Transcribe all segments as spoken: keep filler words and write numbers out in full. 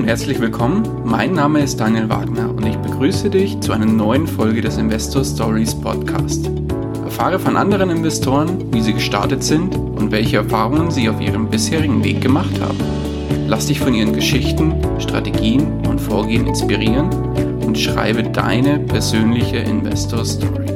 und herzlich willkommen. Mein Name ist Daniel Wagner und ich begrüße dich zu einer neuen Folge des Investor Stories Podcast. Erfahre von anderen Investoren, wie sie gestartet sind und welche Erfahrungen sie auf ihrem bisherigen Weg gemacht haben. Lass dich von ihren Geschichten, Strategien und Vorgehen inspirieren und schreibe deine persönliche Investor Story.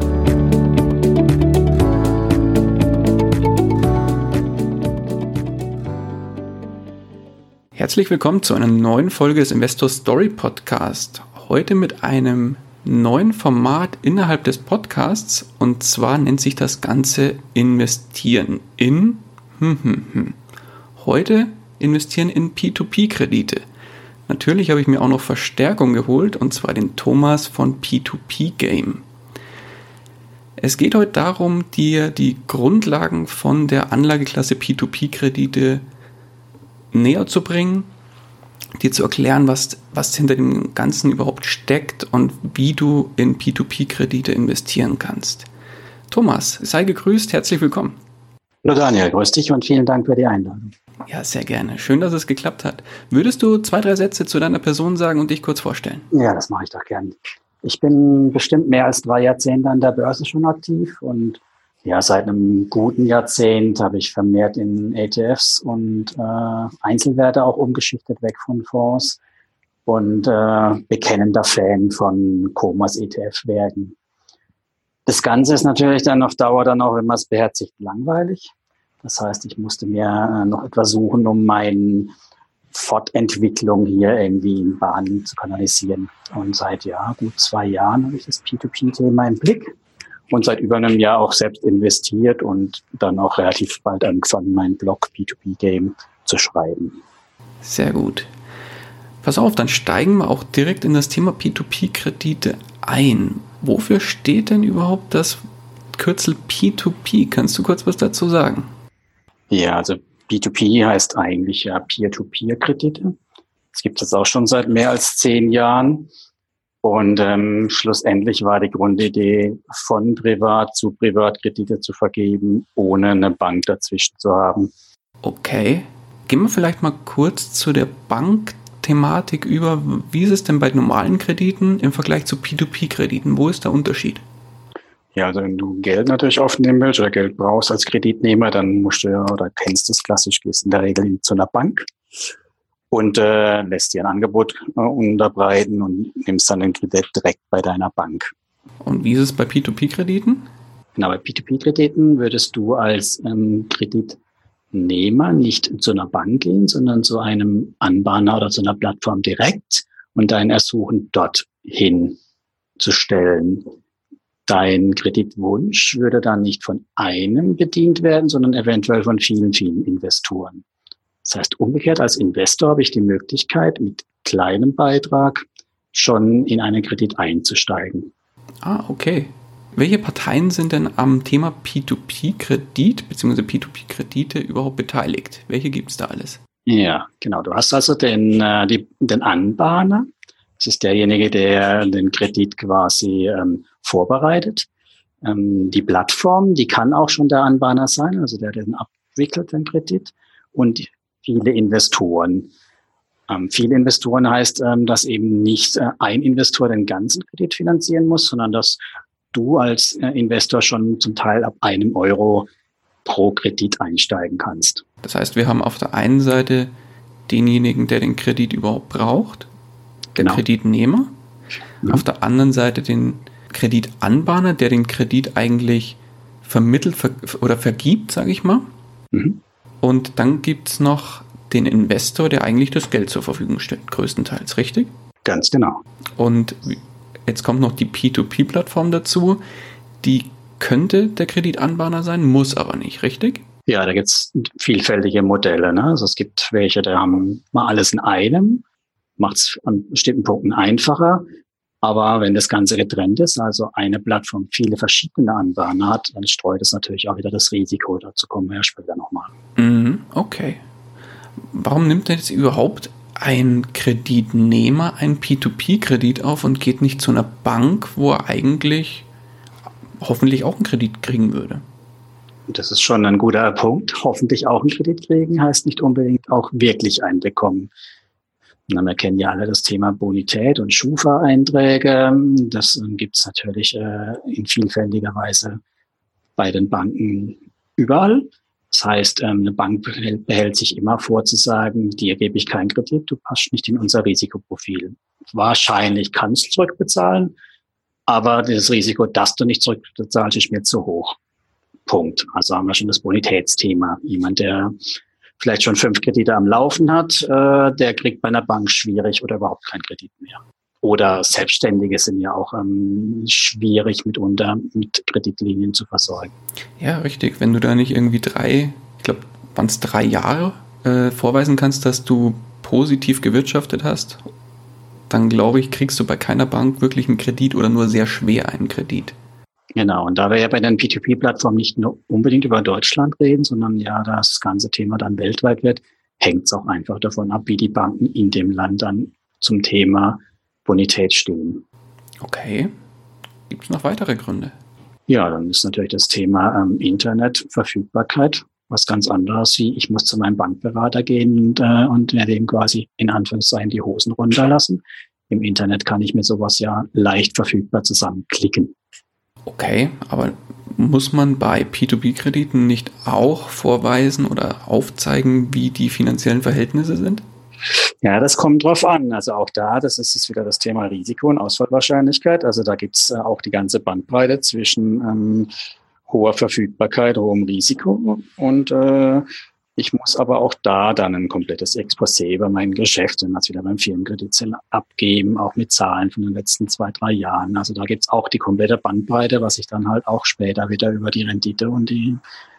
Herzlich willkommen zu einer neuen Folge des Investor Story Podcast. Heute mit einem neuen Format innerhalb des Podcasts, und zwar nennt sich das Ganze Investieren in hm, hm, hm. Heute investieren in P zwei P-Kredite. Natürlich habe ich mir auch noch Verstärkung geholt, und zwar den Thomas von P zwei P Game. Es geht heute darum, dir die Grundlagen von der Anlageklasse P zwei P-Kredite näher zu bringen, dir zu erklären, was, was hinter dem Ganzen überhaupt steckt und wie du in P zwei P-Kredite investieren kannst. Thomas, sei gegrüßt, herzlich willkommen. Hallo Daniel, grüß dich und vielen Dank für die Einladung. Ja, sehr gerne. Schön, dass es geklappt hat. Würdest du zwei, drei Sätze zu deiner Person sagen und dich kurz vorstellen? Ja, das mache ich doch gern. Ich bin bestimmt mehr als drei Jahrzehnte an der Börse schon aktiv und ja, seit einem guten Jahrzehnt habe ich vermehrt in E T Fs und äh, Einzelwerte auch umgeschichtet, weg von Fonds, und äh, bekennender Fan von Comas E T F-Werten. Das Ganze ist natürlich dann auf Dauer dann auch, wenn man es beherzigt, langweilig. Das heißt, ich musste mir äh, noch etwas suchen, um meine Fortentwicklung hier irgendwie in Bahnen zu kanalisieren. Und seit ja, gut zwei Jahren habe ich das P zwei P-Thema im Blick. Und seit über einem Jahr auch selbst investiert und dann auch relativ bald angefangen, meinen Blog P zwei P Game zu schreiben. Sehr gut. Pass auf, dann steigen wir auch direkt in das Thema P zwei P-Kredite ein. Wofür steht denn überhaupt das Kürzel P zwei P? Kannst du kurz was dazu sagen? Ja, also P zwei P heißt eigentlich ja Peer-to-Peer-Kredite. Das gibt es auch schon seit mehr als zehn Jahren. Und ähm, schlussendlich war die Grundidee, von Privat zu Privatkredite zu vergeben, ohne eine Bank dazwischen zu haben. Okay. Gehen wir vielleicht mal kurz zu der Bankthematik über. Wie ist es denn bei normalen Krediten im Vergleich zu P zwei P-Krediten? Wo ist der Unterschied? Ja, also wenn du Geld natürlich aufnehmen willst oder Geld brauchst als Kreditnehmer, dann musst du ja, oder kennst es klassisch, gehst in der Regel zu einer Bank und äh, lässt dir ein Angebot äh, unterbreiten und nimmst dann den Kredit direkt bei deiner Bank. Und wie ist es bei P zwei P-Krediten? Genau, bei P zwei P-Krediten würdest du als ähm, Kreditnehmer nicht zu einer Bank gehen, sondern zu einem Anbahner oder zu einer Plattform direkt und dein Ersuchen dorthin zu stellen. Dein Kreditwunsch würde dann nicht von einem bedient werden, sondern eventuell von vielen, vielen Investoren. Das heißt, umgekehrt als Investor habe ich die Möglichkeit, mit kleinem Beitrag schon in einen Kredit einzusteigen. Ah, okay. Welche Parteien sind denn am Thema P zwei P-Kredit bzw. P zwei P-Kredite überhaupt beteiligt? Welche gibt es da alles? Ja, genau. Du hast also den, äh, die, den Anbahner. Das ist derjenige, der den Kredit quasi ähm, vorbereitet. Ähm, die Plattform, die kann auch schon der Anbahner sein, also der, der den abwickelt, den Kredit. Und viele Investoren. Ähm, viele Investoren heißt, ähm, dass eben nicht äh, ein Investor den ganzen Kredit finanzieren muss, sondern dass du als äh, Investor schon zum Teil ab einem Euro pro Kredit einsteigen kannst. Das heißt, wir haben auf der einen Seite denjenigen, der den Kredit überhaupt braucht, den Genau. Kreditnehmer, mhm. Auf der anderen Seite den Kreditanbahner, der den Kredit eigentlich vermittelt ver- oder vergibt, sage ich mal. Mhm. Und dann gibt es noch den Investor, der eigentlich das Geld zur Verfügung stellt, größtenteils, richtig? Ganz genau. Und jetzt kommt noch die P zwei P-Plattform dazu. Die könnte der Kreditanbahner sein, muss aber nicht, richtig? Ja, da gibt es vielfältige Modelle. Ne? Also es gibt welche, die haben mal alles in einem, macht es an bestimmten Punkten einfacher. Aber wenn das Ganze getrennt ist, also eine Plattform viele verschiedene Anbahner hat, dann streut es natürlich auch wieder das Risiko. Dazu kommen wir ja später nochmal. Mhm, okay. Warum nimmt denn jetzt überhaupt ein Kreditnehmer einen P zwei P-Kredit auf und geht nicht zu einer Bank, wo er eigentlich hoffentlich auch einen Kredit kriegen würde? Das ist schon ein guter Punkt. Hoffentlich auch einen Kredit kriegen, heißt nicht unbedingt auch wirklich einen bekommen. Na, wir kennen ja alle das Thema Bonität und Schufa-Einträge. Das gibt es natürlich äh, in vielfältiger Weise bei den Banken überall. Das heißt, ähm, eine Bank behält, behält sich immer vor zu sagen, dir gebe ich keinen Kredit, du passt nicht in unser Risikoprofil. Wahrscheinlich kannst du zurückbezahlen, aber das Risiko, dass du nicht zurückbezahlst, ist mir zu hoch. Punkt. Also haben wir schon das Bonitätsthema. Jemand, der vielleicht schon fünf Kredite am Laufen hat, äh, der kriegt bei einer Bank schwierig oder überhaupt keinen Kredit mehr. Oder Selbstständige sind ja auch ähm, schwierig mitunter mit Kreditlinien zu versorgen. Ja, richtig. Wenn du da nicht irgendwie drei, ich glaube, waren es drei Jahre äh, vorweisen kannst, dass du positiv gewirtschaftet hast, dann glaube ich, kriegst du bei keiner Bank wirklich einen Kredit oder nur sehr schwer einen Kredit. Genau, und da wir ja bei den P zwei P-Plattformen nicht nur unbedingt über Deutschland reden, sondern ja das ganze Thema dann weltweit wird, hängt es auch einfach davon ab, wie die Banken in dem Land dann zum Thema Bonität stehen. Okay. Gibt es noch weitere Gründe? Ja, dann ist natürlich das Thema ähm, Internetverfügbarkeit was ganz anderes, wie ich muss zu meinem Bankberater gehen und, äh, und mir dem quasi in Anführungszeichen die Hosen runterlassen. Im Internet kann ich mir sowas ja leicht verfügbar zusammenklicken. Okay, aber muss man bei P zwei P-Krediten nicht auch vorweisen oder aufzeigen, wie die finanziellen Verhältnisse sind? Ja, das kommt drauf an. Also auch da, das ist jetzt wieder das Thema Risiko und Ausfallwahrscheinlichkeit. Also da gibt's äh, auch die ganze Bandbreite zwischen ähm, hoher Verfügbarkeit, hohem Risiko. Und äh, ich muss aber auch da dann ein komplettes Exposé über mein Geschäft, wenn wir es wieder beim Firmenkredit sind, abgeben, auch mit Zahlen von den letzten zwei, drei Jahren. Also da gibt's auch die komplette Bandbreite, was sich dann halt auch später wieder über die Rendite und die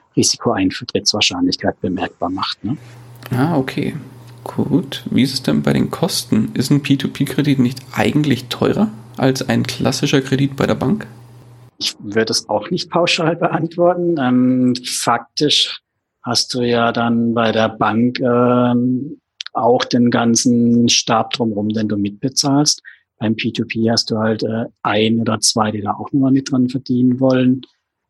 Risikoeintrittswahrscheinlichkeit bemerkbar macht. Ne? Ah, okay. Gut. Wie ist es denn bei den Kosten? Ist ein P zwei P-Kredit nicht eigentlich teurer als ein klassischer Kredit bei der Bank? Ich würde es auch nicht pauschal beantworten. Ähm, faktisch hast du ja dann bei der Bank ähm, auch den ganzen Stab drumherum, den du mitbezahlst. Beim P zwei P hast du halt äh, ein oder zwei, die da auch nochmal mit dran verdienen wollen.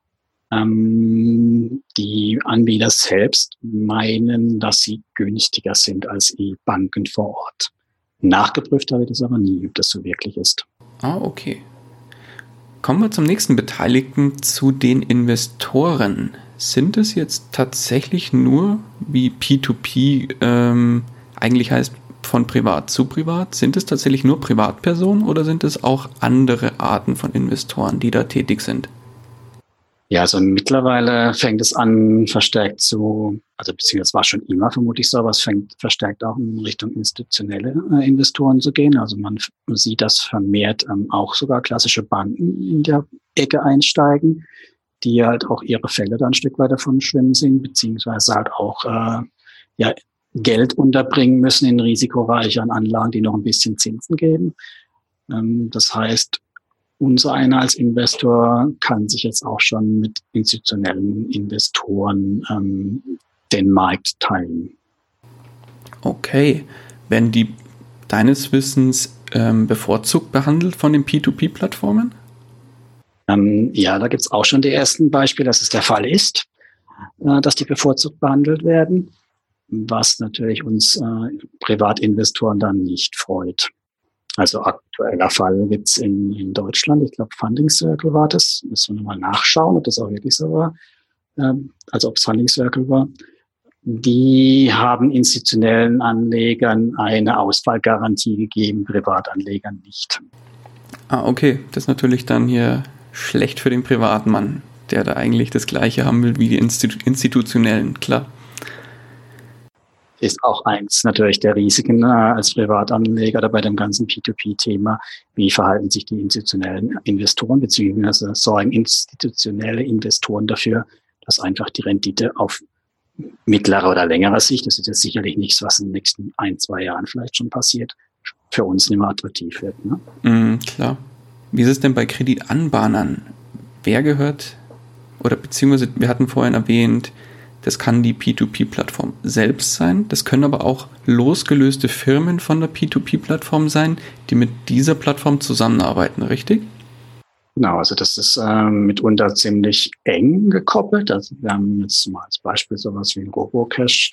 Ähm, die Anbieter selbst meinen, dass sie günstiger sind als die Banken vor Ort. Nachgeprüft habe ich das aber nie, ob das so wirklich ist. Ah, okay. Kommen wir zum nächsten Beteiligten, zu den Investoren. Sind es jetzt tatsächlich nur, wie P zwei P ähm, eigentlich heißt, von privat zu privat? Sind es tatsächlich nur Privatpersonen oder sind es auch andere Arten von Investoren, die da tätig sind? Ja, also mittlerweile fängt es an, verstärkt zu, also beziehungsweise es war schon immer vermutlich so, aber es fängt verstärkt auch in Richtung institutionelle äh, Investoren zu gehen. Also man f- sieht, dass vermehrt ähm, auch sogar klassische Banken in der Ecke einsteigen, die halt auch ihre Fälle dann ein Stück weit davon schwimmen sind, beziehungsweise halt auch äh, ja, Geld unterbringen müssen in risikoreicheren Anlagen, die noch ein bisschen Zinsen geben. Ähm, das heißt, unser einer als Investor kann sich jetzt auch schon mit institutionellen Investoren ähm, den Markt teilen. Okay. Werden die deines Wissens ähm, bevorzugt behandelt von den P zwei P-Plattformen? Ähm, ja, da gibt's auch schon die ersten Beispiele, dass es der Fall ist, äh, dass die bevorzugt behandelt werden, was natürlich uns äh, Privatinvestoren dann nicht freut. Also aktueller Fall gibt's in, in Deutschland, ich glaube Funding Circle war das, müssen wir nochmal nachschauen, ob das auch wirklich so war, ähm, also ob es Funding Circle war. Die haben institutionellen Anlegern eine Ausfallgarantie gegeben, Privatanlegern nicht. Ah, okay. Das ist natürlich dann hier schlecht für den Privatmann, der da eigentlich das Gleiche haben will wie die Institu- Institutionellen, klar. Ist auch eins natürlich der Risiken äh, als Privatanleger oder bei dem ganzen P zwei P-Thema. Wie verhalten sich die institutionellen Investoren, beziehungsweise sorgen institutionelle Investoren dafür, dass einfach die Rendite auf mittlerer oder längerer Sicht, das ist jetzt sicherlich nichts, was in den nächsten ein, zwei Jahren vielleicht schon passiert, für uns nicht mehr attraktiv wird. Ne? Mm, klar. Wie ist es denn bei Kreditanbahnern? Wer gehört, oder beziehungsweise wir hatten vorhin erwähnt, das kann die P zwei P-Plattform selbst sein. Das können aber auch losgelöste Firmen von der P zwei P-Plattform sein, die mit dieser Plattform zusammenarbeiten, richtig? Genau, also das ist ähm, mitunter ziemlich eng gekoppelt. Also wir haben jetzt mal als Beispiel sowas wie ein Robocash,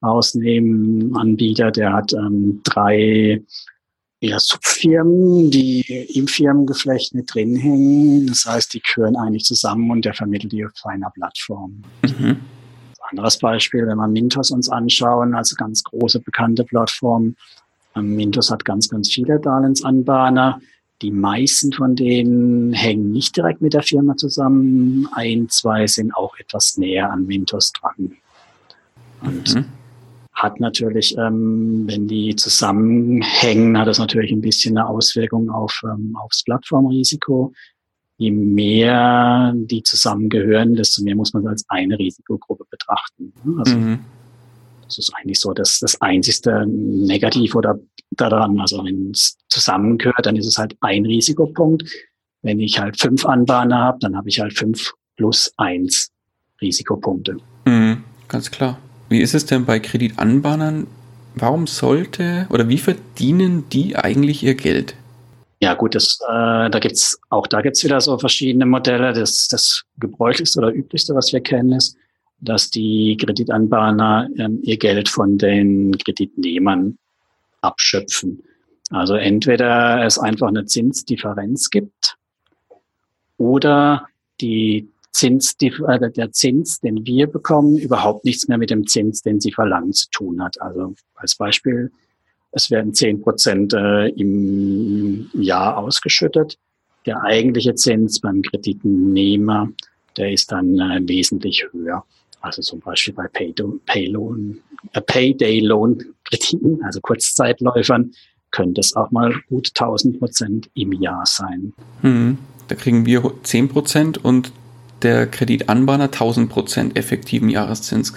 rausnehmen. Ein Anbieter, der hat ähm, drei ja, Subfirmen, die im Firmengeflecht mit drin hängen. Das heißt, die gehören eigentlich zusammen und der vermittelt die auf einer Plattform. Mhm. Anderes Beispiel, wenn wir Mintos uns anschauen, als ganz große bekannte Plattform. Ähm, Mintos hat ganz, ganz viele Darlehensanbahner. Die meisten von denen hängen nicht direkt mit der Firma zusammen. Ein, zwei sind auch etwas näher an Mintos dran. Und Mhm. hat natürlich, ähm, wenn die zusammenhängen, hat das natürlich ein bisschen eine Auswirkung auf, ähm, aufs Plattformrisiko. Je mehr die zusammengehören, desto mehr muss man als eine Risikogruppe betrachten. Also Mhm. das ist eigentlich so das, das einzigste Negativ oder daran. Also wenn es zusammengehört, dann ist es halt ein Risikopunkt. Wenn ich halt fünf Anbahner habe, dann habe ich halt fünf plus eins Risikopunkte. Mhm. Ganz klar. Wie ist es denn bei Kreditanbahnern? Warum sollte oder wie verdienen die eigentlich ihr Geld? Ja gut, das, äh, da gibt's auch da gibt's wieder so verschiedene Modelle. Das, das gebräuchlichste oder üblichste, was wir kennen, ist, dass die Kreditanbahner ähm, ihr Geld von den Kreditnehmern abschöpfen. Also entweder es einfach eine Zinsdifferenz gibt oder die Zins, die, äh, der Zins, den wir bekommen, überhaupt nichts mehr mit dem Zins, den sie verlangen, zu tun hat. Also als Beispiel, es werden zehn Prozent äh, im Jahr ausgeschüttet. Der eigentliche Zins beim Kreditnehmer, der ist dann äh, wesentlich höher. Also zum Beispiel bei Payloan, äh, Payday-Loan-Krediten, also Kurzzeitläufern, könnte es auch mal gut tausend Prozent im Jahr sein. Hm, da kriegen wir zehn Prozent und der Kreditanbahner tausend Prozent effektiven Jahreszins.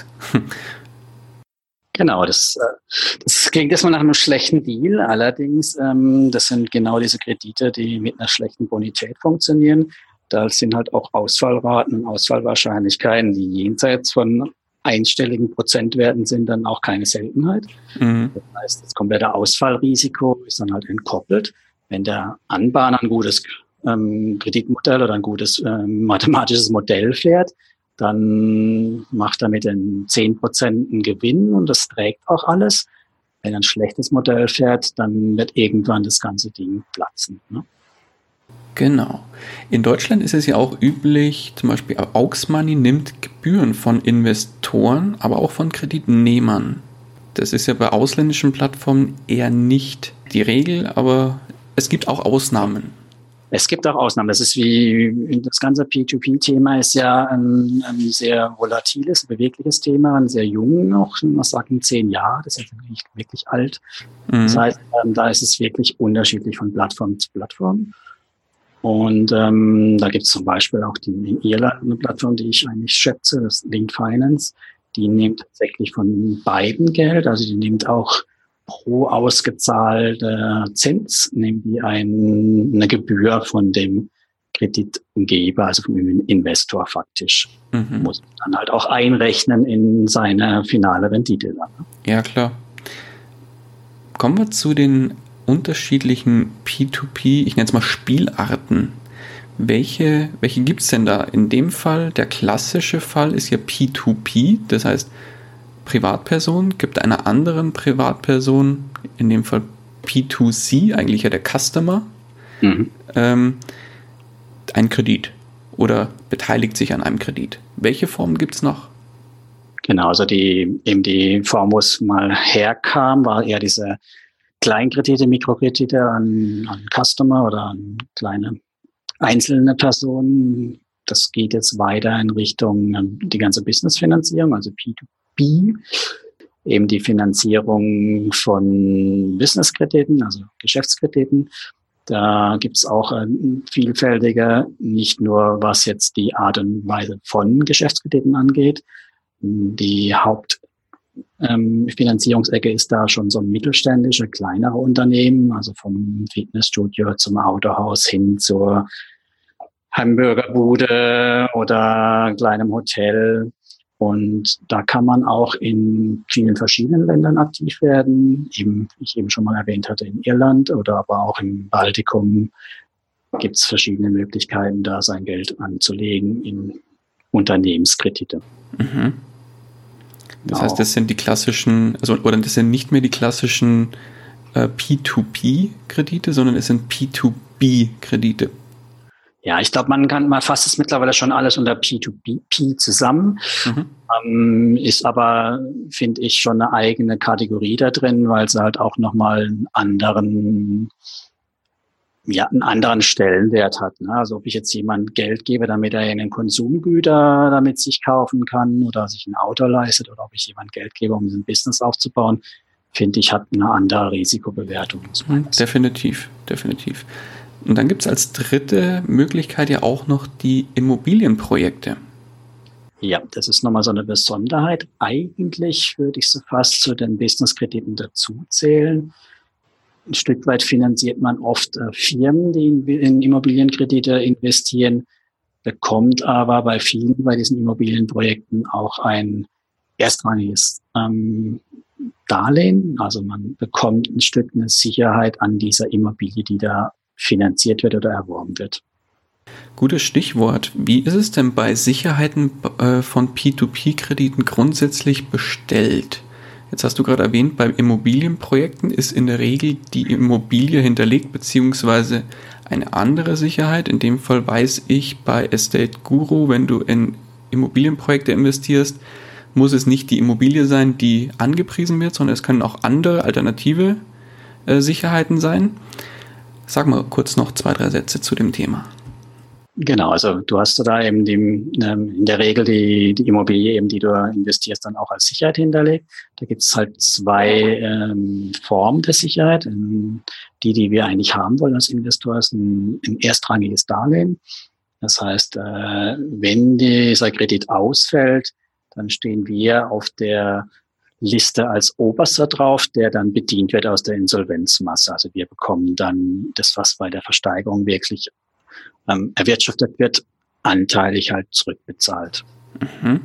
Genau, das, das klingt erstmal nach einem schlechten Deal. Allerdings, ähm, das sind genau diese Kredite, die mit einer schlechten Bonität funktionieren. Da sind halt auch Ausfallraten und Ausfallwahrscheinlichkeiten, die jenseits von einstelligen Prozentwerten sind, dann auch keine Seltenheit. Mhm. Das heißt, das komplette Ausfallrisiko ist dann halt entkoppelt. Wenn der Anbahner ein gutes ähm, Kreditmodell oder ein gutes ähm, mathematisches Modell fährt, dann macht er mit den zehn Prozent einen Gewinn und das trägt auch alles. Wenn er ein schlechtes Modell fährt, dann wird irgendwann das ganze Ding platzen. Ne? Genau. In Deutschland ist es ja auch üblich, zum Beispiel Aux Money nimmt Gebühren von Investoren, aber auch von Kreditnehmern. Das ist ja bei ausländischen Plattformen eher nicht die Regel, aber es gibt auch Ausnahmen. Es gibt auch Ausnahmen. Das ist wie, das ganze P zwei P-Thema ist ja ein, ein sehr volatiles, bewegliches Thema, ein sehr jung noch, man sagt in zehn Jahren, das ist jetzt nicht wirklich alt. Mhm. Das heißt, da ist es wirklich unterschiedlich von Plattform zu Plattform. Und ähm, da gibt es zum Beispiel auch die in Irland eine Plattform, die ich eigentlich schätze, das ist Linked Finance. Die nimmt tatsächlich von beiden Geld, also die nimmt auch pro ausgezahlte Zins, nimmt die ein, eine Gebühr von dem Kreditgeber, also vom Investor faktisch. Mhm. Muss dann halt auch einrechnen in seine finale Rendite. Ja, klar. Kommen wir zu den unterschiedlichen P zwei P, ich nenne es mal Spielarten. Welche, welche gibt es denn da? In dem Fall, der klassische Fall ist ja P zwei P, das heißt Privatperson gibt einer anderen Privatperson, in dem Fall P zwei C, eigentlich ja der Customer, mhm. ähm, einen Kredit oder beteiligt sich an einem Kredit. Welche Formen gibt es noch? Genau, also die, eben die Form, wo es mal herkam, war eher diese Kleinkredite, Mikrokredite an, an Customer oder an kleine einzelne Personen. Das geht jetzt weiter in Richtung um, die ganze Businessfinanzierung, also P zwei P, eben die Finanzierung von Businesskrediten, also Geschäftskrediten. Da gibt's auch äh, vielfältige, nicht nur was jetzt die Art und Weise von Geschäftskrediten angeht. Die Hauptfinanzierungsecke ähm, ist da schon so mittelständische, kleinere Unternehmen, also vom Fitnessstudio zum Autohaus hin zur Hamburgerbude oder kleinem Hotel. Und da kann man auch in vielen verschiedenen Ländern aktiv werden. Eben, wie ich eben schon mal erwähnt hatte, in Irland oder aber auch im Baltikum gibt es verschiedene Möglichkeiten, da sein Geld anzulegen in Unternehmenskredite. Mhm. Das heißt, das sind die klassischen, also oder das sind nicht mehr die klassischen äh, P zwei P-Kredite, sondern es sind P zwei B-Kredite. Ja, ich glaube, man kann, man fasst es mittlerweile schon alles unter P zwei P zusammen. Mhm. Ähm, ist aber, finde ich, schon eine eigene Kategorie da drin, weil sie halt auch nochmal einen anderen, ja, einen anderen Stellenwert hat. Ne? Also ob ich jetzt jemand Geld gebe, damit er einen Konsumgüter damit sich kaufen kann oder sich ein Auto leistet, oder ob ich jemand Geld gebe, um ein Business aufzubauen, finde ich, hat eine andere Risikobewertung. Mhm, definitiv, definitiv. Und dann gibt es als dritte Möglichkeit ja auch noch die Immobilienprojekte. Ja, das ist nochmal so eine Besonderheit. Eigentlich würde ich sie fast zu den Businesskrediten dazu zählen. Ein Stück weit finanziert man oft äh, Firmen, die in, in Immobilienkredite investieren, bekommt aber bei vielen bei diesen Immobilienprojekten auch ein erstrangiges ähm, Darlehen. Also man bekommt ein Stück eine Sicherheit an dieser Immobilie, die da finanziert wird oder erworben wird. Gutes Stichwort. Wie ist es denn bei Sicherheiten äh, von P zwei P-Krediten grundsätzlich bestellt? Jetzt hast du gerade erwähnt, bei Immobilienprojekten ist in der Regel die Immobilie hinterlegt, beziehungsweise eine andere Sicherheit. In dem Fall weiß ich bei Estate Guru, wenn du in Immobilienprojekte investierst, muss es nicht die Immobilie sein, die angepriesen wird, sondern es können auch andere alternative äh, Sicherheiten sein. Sag mal kurz noch zwei, drei Sätze zu dem Thema. Genau, also du hast da eben die, ähm, in der Regel die, die Immobilie, eben, die du investierst, dann auch als Sicherheit hinterlegt. Da gibt es halt zwei ähm, Formen der Sicherheit. Die, die wir eigentlich haben wollen als Investor, ist ein, ein erstrangiges Darlehen. Das heißt, äh, wenn dieser Kredit ausfällt, dann stehen wir auf der Liste als Oberster drauf, der dann bedient wird aus der Insolvenzmasse. Also wir bekommen dann das, was bei der Versteigerung wirklich ähm, erwirtschaftet wird, anteilig halt zurückbezahlt. Mhm.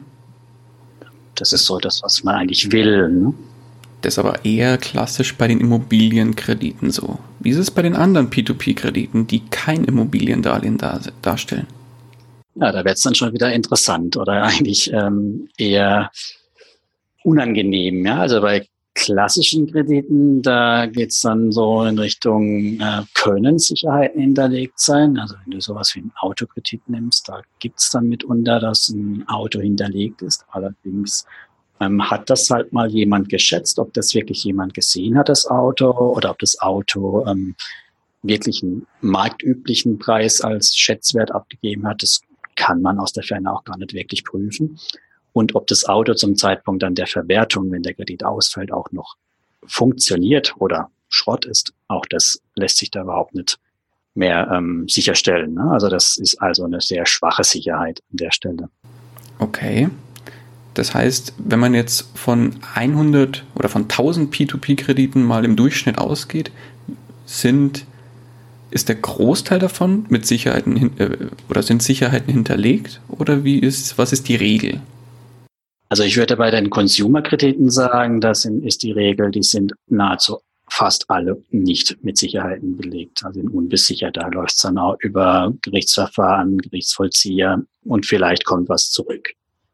Das ist so das, was man eigentlich will. Ne? Das ist aber eher klassisch bei den Immobilienkrediten so. Wie ist es bei den anderen P zwei P-Krediten, die kein Immobiliendarlehen dar- darstellen? Ja, da wird es dann schon wieder interessant oder eigentlich ähm, eher unangenehm. Ja? Also bei klassischen Krediten, da geht es dann so in Richtung, äh, können Sicherheiten hinterlegt sein. Also wenn du sowas wie einen Autokredit nimmst, da gibt es dann mitunter, dass ein Auto hinterlegt ist. Allerdings ähm, hat das halt mal jemand geschätzt, ob das wirklich jemand gesehen hat, das Auto, oder ob das Auto ähm, wirklich einen marktüblichen Preis als Schätzwert abgegeben hat. Das kann man aus der Ferne auch gar nicht wirklich prüfen. Und ob das Auto zum Zeitpunkt dann der Verwertung, wenn der Kredit ausfällt, auch noch funktioniert oder Schrott ist, auch das lässt sich da überhaupt nicht mehr ähm, sicherstellen. Ne? Also das ist also eine sehr schwache Sicherheit an der Stelle. Okay. Das heißt, wenn man jetzt von hundert oder von tausend P zwei P-Krediten mal im Durchschnitt ausgeht, sind, ist der Großteil davon mit Sicherheiten äh, oder sind Sicherheiten hinterlegt? Oder wie ist, was ist die Regel? Also ich würde bei den Consumer-Krediten sagen, das ist die Regel, die sind nahezu fast alle nicht mit Sicherheiten belegt, also sind unbesichert. Da läuft es dann auch über Gerichtsverfahren, Gerichtsvollzieher und vielleicht kommt was zurück.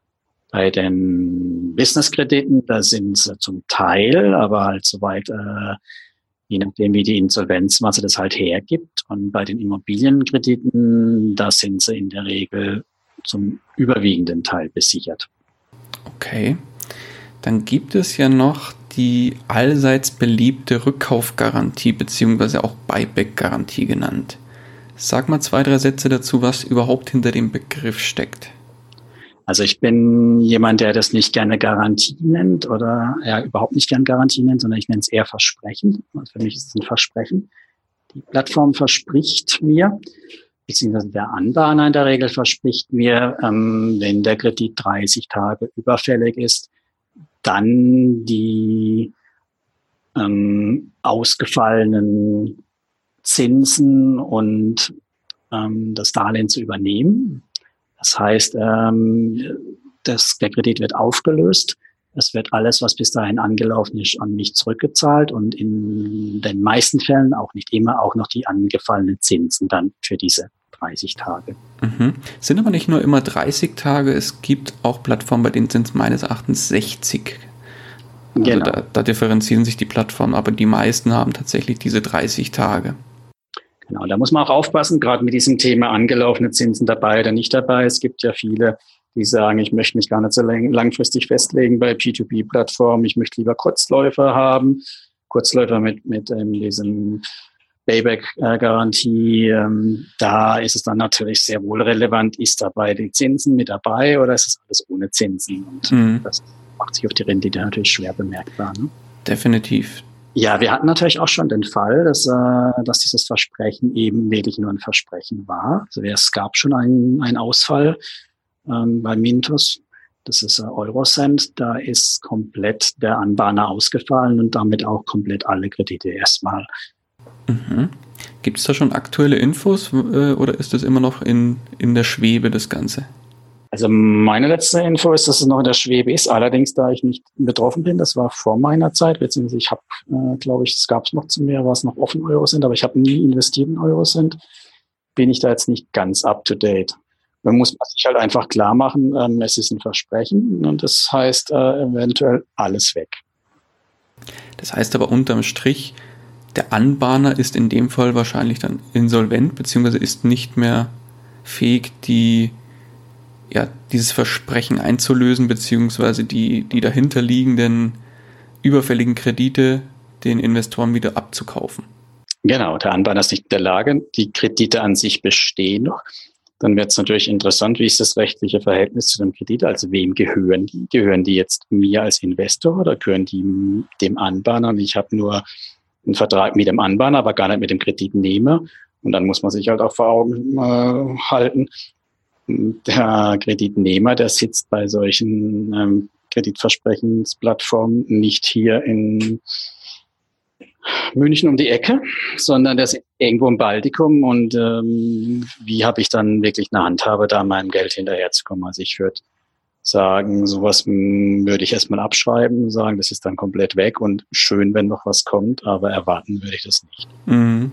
Bei den Business-Krediten, da sind sie zum Teil, aber halt soweit, äh, je nachdem wie die Insolvenzmasse das halt hergibt. Und bei den Immobilienkrediten, da sind sie in der Regel zum überwiegenden Teil besichert. Okay, dann gibt es ja noch die allseits beliebte Rückkaufgarantie beziehungsweise auch Buyback-Garantie genannt. Sag mal zwei, drei Sätze dazu, was überhaupt hinter dem Begriff steckt. Also ich bin jemand, der das nicht gerne Garantie nennt oder ja, überhaupt nicht gerne Garantie nennt, sondern ich nenne es eher Versprechen. Also für mich ist es ein Versprechen. Die Plattform verspricht mir, beziehungsweise der Anbahner in der Regel verspricht mir, ähm, wenn der Kredit dreißig Tage überfällig ist, dann die ähm, ausgefallenen Zinsen und ähm, das Darlehen zu übernehmen. Das heißt, ähm, das, der Kredit wird aufgelöst. Es wird alles, was bis dahin angelaufen ist, an mich zurückgezahlt und in den meisten Fällen, auch nicht immer, auch noch die angefallenen Zinsen dann für diese dreißig Tage. Mhm. Sind aber nicht nur immer dreißig Tage, es gibt auch Plattformen, bei denen sind es meines Erachtens sechzig. Also Genau. da, da differenzieren sich die Plattformen, aber die meisten haben tatsächlich diese dreißig Tage. Genau, da muss man auch aufpassen, gerade mit diesem Thema angelaufene Zinsen dabei oder nicht dabei. Es gibt ja viele, die sagen, ich möchte mich gar nicht so lang, langfristig festlegen bei P zwei P-Plattformen. Ich möchte lieber Kurzläufer haben. Kurzläufer mit, mit ähm, diesem Payback-Garantie. Ähm, da ist es dann natürlich sehr wohl relevant, ist dabei die Zinsen mit dabei oder ist es alles ohne Zinsen? Und mhm. das macht sich auf die Rendite natürlich schwer bemerkbar. Ne? Definitiv. Ja, wir hatten natürlich auch schon den Fall, dass, äh, dass dieses Versprechen eben wirklich nur ein Versprechen war. Also es gab schon einen, einen Ausfall ähm, bei Mintos. Das ist äh, Eurocent. Da ist komplett der Anbahner ausgefallen und damit auch komplett alle Kredite erstmal. Mhm. Gibt es da schon aktuelle Infos äh, oder ist das immer noch in, in der Schwebe, das Ganze? Also meine letzte Info ist, dass es noch in der Schwebe ist. Allerdings, da ich nicht betroffen bin, das war vor meiner Zeit, beziehungsweise ich habe, äh, glaube ich, es gab es noch zu mir, war es noch offen Eurocent, aber ich habe nie investiert in Eurocent, bin ich da jetzt nicht ganz up to date. Man muss sich halt einfach klar machen, ähm, es ist ein Versprechen und das heißt äh, eventuell alles weg. Das heißt aber unterm Strich, der Anbahner ist in dem Fall wahrscheinlich dann insolvent, beziehungsweise ist nicht mehr fähig, die ja, dieses Versprechen einzulösen, beziehungsweise die, die dahinterliegenden überfälligen Kredite den Investoren wieder abzukaufen. Genau, der Anbahner ist nicht in der Lage, die Kredite an sich bestehen noch. Dann wird es natürlich interessant, wie ist das rechtliche Verhältnis zu dem Kredit, also wem gehören die? Gehören die jetzt mir als Investor oder gehören die dem Anbahner? Und ich habe nur einen Vertrag mit dem Anbahner, aber gar nicht mit dem Kreditnehmer. Und dann muss man sich halt auch vor Augen äh, halten, der Kreditnehmer, der sitzt bei solchen ähm, Kreditversprechensplattformen nicht hier in München um die Ecke, sondern der sitzt irgendwo im Baltikum und ähm, wie habe ich dann wirklich eine Handhabe, da meinem Geld hinterherzukommen? Also ich würde sagen, sowas mh, würde ich erstmal abschreiben, sagen, das ist dann komplett weg und schön, wenn noch was kommt, aber erwarten würde ich das nicht. Mhm.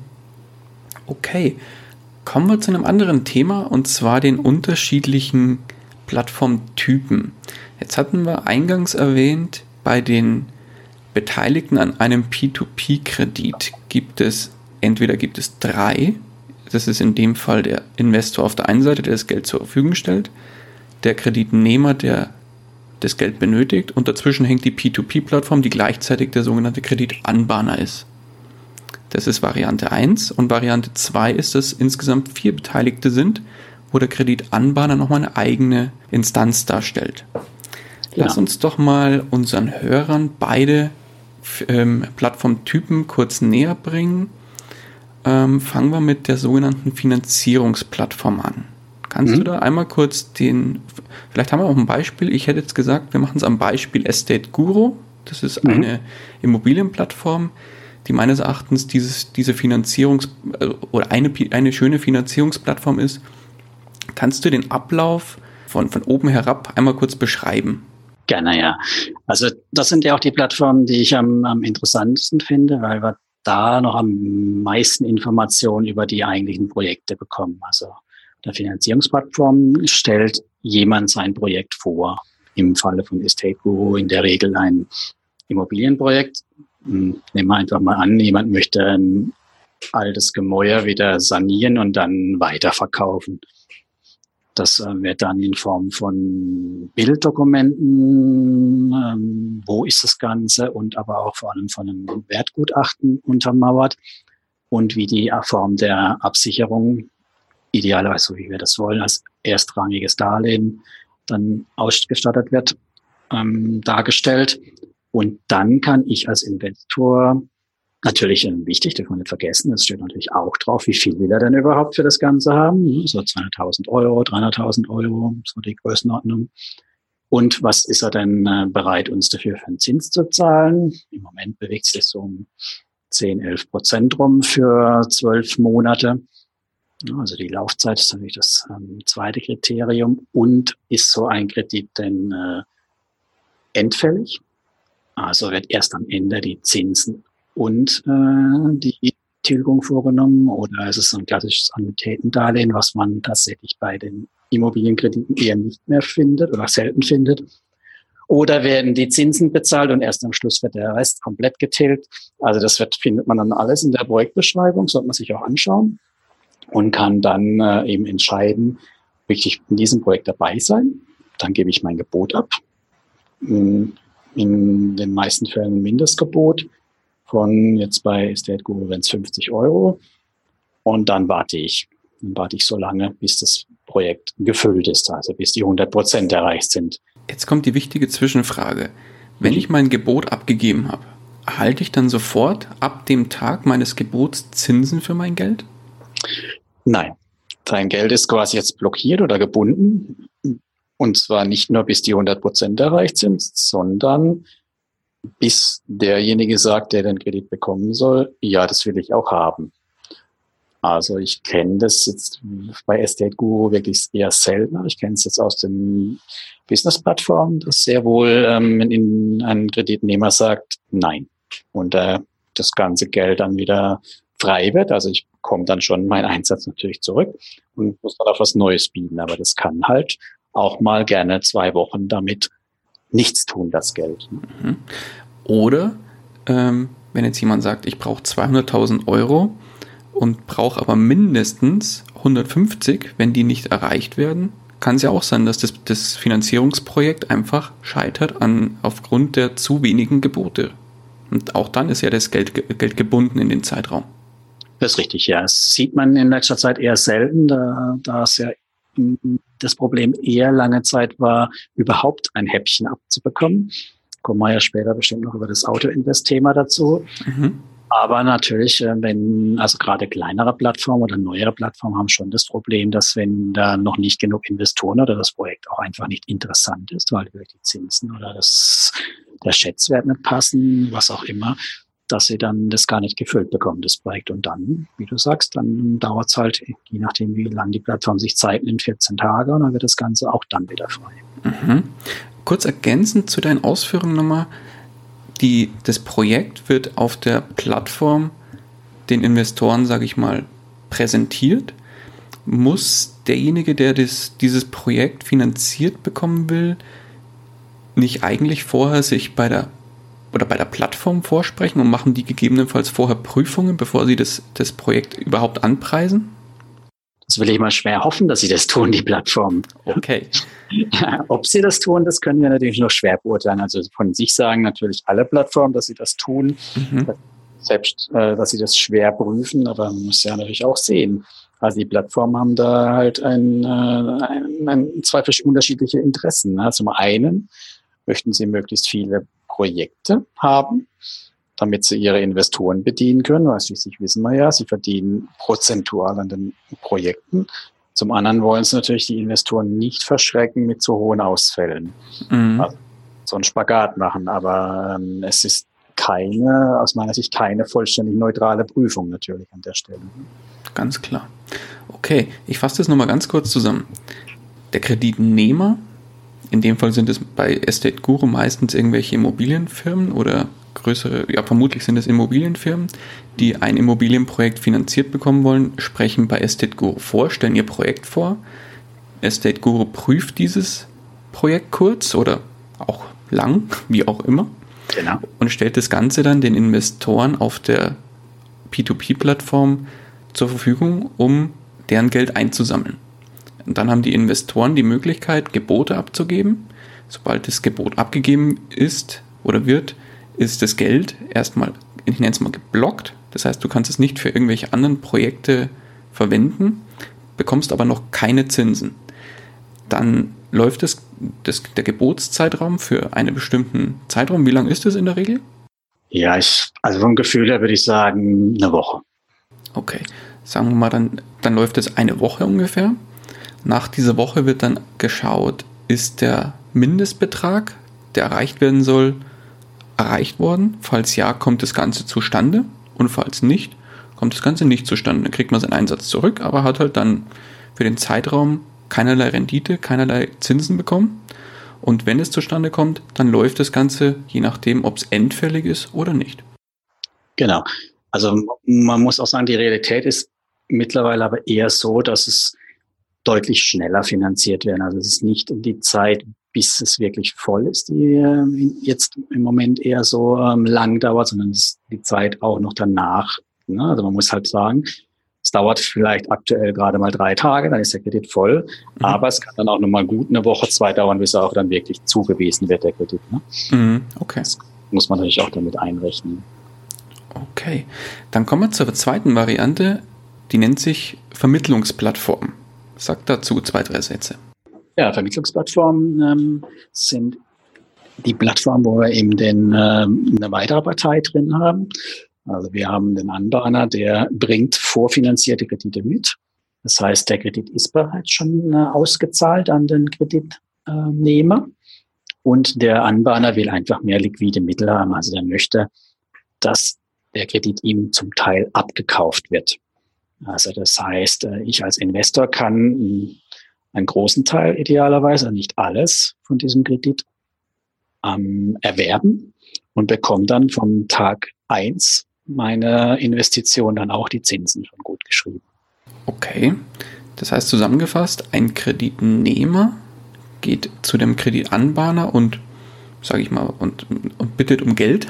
Okay. Kommen wir zu einem anderen Thema und zwar den unterschiedlichen Plattformtypen. Jetzt hatten wir eingangs erwähnt, bei den Beteiligten an einem P zwei P-Kredit gibt es, entweder gibt es drei, das ist in dem Fall der Investor auf der einen Seite, der das Geld zur Verfügung stellt, der Kreditnehmer, der das Geld benötigt und dazwischen hängt die P zwei P-Plattform, die gleichzeitig der sogenannte Kreditanbahner ist. Das ist Variante eins und Variante zwei ist, dass insgesamt vier Beteiligte sind, wo der Kreditanbahner nochmal eine eigene Instanz darstellt. Genau. Lass uns doch mal unseren Hörern beide ähm, Plattformtypen kurz näher bringen. Ähm, fangen wir mit der sogenannten Finanzierungsplattform an. Kannst mhm. du da einmal kurz den, vielleicht haben wir auch ein Beispiel, ich hätte jetzt gesagt, wir machen es am Beispiel Estate Guru. Das ist mhm. eine Immobilienplattform, die meines Erachtens dieses, diese Finanzierungs- oder eine, eine schöne Finanzierungsplattform ist. Kannst du den Ablauf von, von oben herab einmal kurz beschreiben? Gerne, ja. Also das sind ja auch die Plattformen, die ich am, am interessantesten finde, weil wir da noch am meisten Informationen über die eigentlichen Projekte bekommen. Also der Finanzierungsplattform stellt jemand sein Projekt vor. Im Falle von Estate Guru in der Regel ein Immobilienprojekt. Nehmen wir einfach mal an, jemand möchte ein altes Gemäuer wieder sanieren und dann weiterverkaufen. Das äh, wird dann in Form von Bilddokumenten, ähm, wo ist das Ganze und aber auch vor allem von einem Wertgutachten untermauert und wie die Form der Absicherung, idealerweise so wie wir das wollen, als erstrangiges Darlehen dann ausgestattet wird, ähm, dargestellt. Und dann kann ich als Investor natürlich, ähm, wichtig, darf man nicht vergessen, es steht natürlich auch drauf, wie viel will er denn überhaupt für das Ganze haben? So zweihunderttausend Euro, dreihunderttausend Euro, so die Größenordnung. Und was ist er denn äh, bereit, uns dafür für einen Zins zu zahlen? Im Moment bewegt sich so um zehn, elf Prozent rum für zwölf Monate. Also die Laufzeit ist natürlich das ähm, zweite Kriterium. Und ist so ein Kredit denn äh, endfällig? Also wird erst am Ende die Zinsen und äh, die Tilgung vorgenommen oder ist es ein klassisches Annuitätendarlehen, was man tatsächlich bei den Immobilienkrediten eher nicht mehr findet oder selten findet. Oder werden die Zinsen bezahlt und erst am Schluss wird der Rest komplett getilgt. Also das wird, findet man dann alles in der Projektbeschreibung, sollte man sich auch anschauen und kann dann äh, eben entscheiden, möchte ich in diesem Projekt dabei sein. Dann gebe ich mein Gebot ab. In, in den meisten Fällen ein Mindestgebot von jetzt bei Estate Guru wären es fünfzig Euro. Und dann warte ich. Dann warte ich so lange, bis das Projekt gefüllt ist, also bis die hundert Prozent erreicht sind. Jetzt kommt die wichtige Zwischenfrage. Wenn ich mein Gebot abgegeben habe, erhalte ich dann sofort ab dem Tag meines Gebots Zinsen für mein Geld? Nein, dein Geld ist quasi jetzt blockiert oder gebunden. Und zwar nicht nur bis die hundert Prozent erreicht sind, sondern bis derjenige sagt, der den Kredit bekommen soll, ja, das will ich auch haben. Also ich kenne das jetzt bei Estate Guru wirklich eher selten. Ich kenne es jetzt aus den Business-Plattformen, dass sehr wohl ähm, in ein Kreditnehmer sagt, nein. Und äh, das ganze Geld dann wieder frei wird. Also ich bekomme dann schon meinen Einsatz natürlich zurück und muss dann auf was Neues bieten. Aber das kann halt auch mal gerne zwei Wochen damit nichts tun, das Geld. Oder ähm, wenn jetzt jemand sagt, ich brauche zweihunderttausend Euro und brauche aber mindestens hundertfünfzig, wenn die nicht erreicht werden, kann es ja auch sein, dass das, das Finanzierungsprojekt einfach scheitert an, aufgrund der zu wenigen Gebote. Und auch dann ist ja das Geld, Geld gebunden in den Zeitraum. Das ist richtig, ja. Das sieht man in letzter Zeit eher selten, da, da es ja das Problem eher lange Zeit war, überhaupt ein Häppchen abzubekommen. Kommen wir ja später bestimmt noch über das Auto-Invest-Thema dazu. Mhm. Aber natürlich, wenn, also gerade kleinere Plattformen oder neuere Plattformen haben schon das Problem, dass wenn da noch nicht genug Investoren oder das Projekt auch einfach nicht interessant ist, weil die Zinsen oder das, der Schätzwert nicht passen, was auch immer, dass sie dann das gar nicht gefüllt bekommen, das Projekt. Und dann, wie du sagst, dann dauert es halt, je nachdem, wie lange die Plattform sich Zeit nimmt, vierzehn Tage und dann wird das Ganze auch dann wieder frei. Mhm. Kurz ergänzend zu deinen Ausführungen nochmal, die, das Projekt wird auf der Plattform den Investoren, sage ich mal, präsentiert. Muss derjenige, der das, dieses Projekt finanziert bekommen will, nicht eigentlich vorher sich bei der oder bei der Plattform vorsprechen und machen die gegebenenfalls vorher Prüfungen, bevor sie das, das Projekt überhaupt anpreisen? Das will ich mal schwer hoffen, dass sie das tun, die Plattformen. Okay. Ob sie das tun, das können wir natürlich noch schwer beurteilen. Also von sich sagen natürlich alle Plattformen, dass sie das tun. Mhm. Selbst, äh, dass sie das schwer prüfen, aber man muss ja natürlich auch sehen. Also die Plattformen haben da halt ein, äh, ein, ein, zwei unterschiedliche Interessen. Ne? Zum einen möchten sie möglichst viele Projekte haben, damit sie ihre Investoren bedienen können, weil schließlich wissen wir ja, sie verdienen prozentual an den Projekten. Zum anderen wollen sie natürlich die Investoren nicht verschrecken mit zu hohen Ausfällen. Mhm. Also so einen Spagat machen, aber ähm, es ist keine, aus meiner Sicht keine vollständig neutrale Prüfung natürlich an der Stelle. Ganz klar. Okay, ich fasse das nochmal ganz kurz zusammen. Der Kreditnehmer, in dem Fall sind es bei Estate Guru meistens irgendwelche Immobilienfirmen oder größere, ja vermutlich sind es Immobilienfirmen, die ein Immobilienprojekt finanziert bekommen wollen, sprechen bei Estate Guru vor, stellen ihr Projekt vor. Estate Guru prüft dieses Projekt kurz oder auch lang, wie auch immer, genau, und stellt das Ganze dann den Investoren auf der P zwei P-Plattform zur Verfügung, um deren Geld einzusammeln. Und dann haben die Investoren die Möglichkeit, Gebote abzugeben. Sobald das Gebot abgegeben ist oder wird, ist das Geld erstmal, ich nenne es mal, geblockt. Das heißt, du kannst es nicht für irgendwelche anderen Projekte verwenden, bekommst aber noch keine Zinsen. Dann läuft das, das, der Gebotszeitraum für einen bestimmten Zeitraum. Wie lang ist das in der Regel? Ja, ich, also vom Gefühl her würde ich sagen, eine Woche. Okay, sagen wir mal, dann, dann läuft es eine Woche ungefähr. Nach dieser Woche wird dann geschaut, ist der Mindestbetrag, der erreicht werden soll, erreicht worden? Falls ja, kommt das Ganze zustande und falls nicht, kommt das Ganze nicht zustande. Dann kriegt man seinen Einsatz zurück, aber hat halt dann für den Zeitraum keinerlei Rendite, keinerlei Zinsen bekommen. Und wenn es zustande kommt, dann läuft das Ganze, je nachdem, ob es endfällig ist oder nicht. Genau. Also man muss auch sagen, die Realität ist mittlerweile aber eher so, dass es deutlich schneller finanziert werden. Also es ist nicht die Zeit, bis es wirklich voll ist, die äh, jetzt im Moment eher so ähm, lang dauert, sondern es ist die Zeit auch noch danach. Ne? Also man muss halt sagen, es dauert vielleicht aktuell gerade mal drei Tage, dann ist der Kredit voll, mhm. aber es kann dann auch nochmal gut eine Woche, zwei dauern, bis er auch dann wirklich zugewiesen wird, der Kredit. Ne? Mhm. Okay. Das muss man natürlich auch damit einrechnen. Okay, dann kommen wir zur zweiten Variante, die nennt sich Vermittlungsplattform. Sag dazu zwei, drei Sätze. Ja, Vermittlungsplattformen ähm, sind die Plattform, wo wir eben den, ähm, eine weitere Partei drin haben. Also wir haben den Anbahner, der bringt vorfinanzierte Kredite mit. Das heißt, der Kredit ist bereits schon äh, ausgezahlt an den Kreditnehmer. Und der Anbahner will einfach mehr liquide Mittel haben. Also der möchte, dass der Kredit ihm zum Teil abgekauft wird. Also das heißt, ich als Investor kann einen großen Teil idealerweise, nicht alles von diesem Kredit ähm, erwerben und bekomme dann vom Tag eins meine Investition dann auch die Zinsen schon gut geschrieben. Okay, das heißt zusammengefasst, ein Kreditnehmer geht zu dem Kreditanbahner und, sage ich mal, und, und bittet um Geld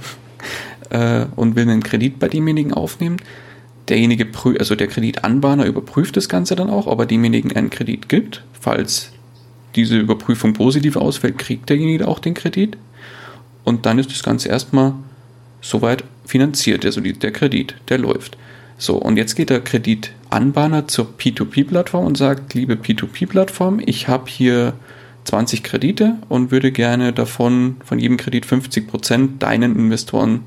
äh, und will einen Kredit bei demjenigen aufnehmen. Derjenige, also der Kreditanbahner überprüft das Ganze dann auch, ob er demjenigen einen Kredit gibt. Falls diese Überprüfung positiv ausfällt, kriegt derjenige auch den Kredit. Und dann ist das Ganze erstmal soweit finanziert, also die, der Kredit, der läuft. So, und jetzt geht der Kreditanbahner zur P zwei P-Plattform und sagt, liebe P zwei P-Plattform, ich habe hier zwanzig Kredite und würde gerne davon, von jedem Kredit fünfzig Prozent deinen Investoren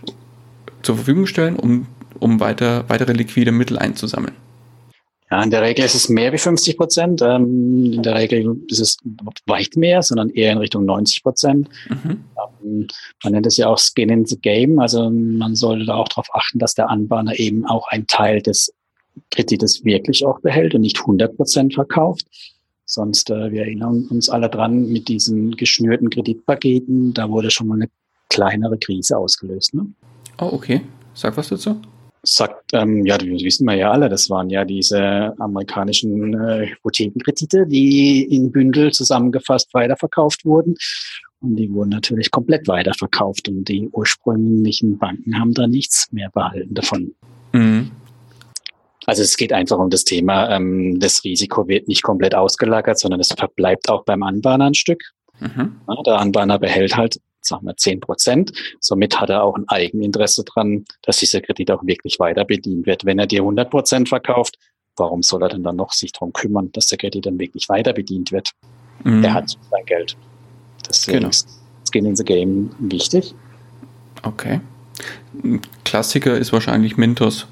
zur Verfügung stellen, um, um weiter, weitere liquide Mittel einzusammeln. Ja, in der Regel ist es mehr wie fünfzig Prozent. Ähm, in der Regel ist es weit mehr, sondern eher in Richtung neunzig Prozent. Mhm. Ähm, man nennt es ja auch Skin in the Game. Also man sollte da auch darauf achten, dass der Anbahner eben auch einen Teil des Kredites wirklich auch behält und nicht hundert Prozent verkauft. Sonst, äh, wir erinnern uns alle dran, mit diesen geschnürten Kreditpaketen, da wurde schon mal eine kleinere Krise ausgelöst. Ne? Oh, okay. Sag was dazu. Sagt, ähm, ja, das wissen wir ja alle, das waren ja diese amerikanischen äh, Hypothekenkredite, die in Bündel zusammengefasst weiterverkauft wurden. Und die wurden natürlich komplett weiterverkauft und die ursprünglichen Banken haben da nichts mehr behalten davon. Mhm. Also es geht einfach um das Thema, ähm, das Risiko wird nicht komplett ausgelagert, sondern es verbleibt auch beim Anbahner ein Stück. Mhm. Ja, der Anbahner behält halt, sagen wir, zehn Prozent. Somit hat er auch ein Eigeninteresse dran, dass dieser Kredit auch wirklich weiter bedient wird. Wenn er dir hundert Prozent verkauft, warum soll er denn dann noch sich darum kümmern, dass der Kredit dann wirklich weiter bedient wird? Mhm. Er hat sein Geld. Deswegen genau. ist Skin in the Game wichtig. Okay. Ein Klassiker ist wahrscheinlich Mintos.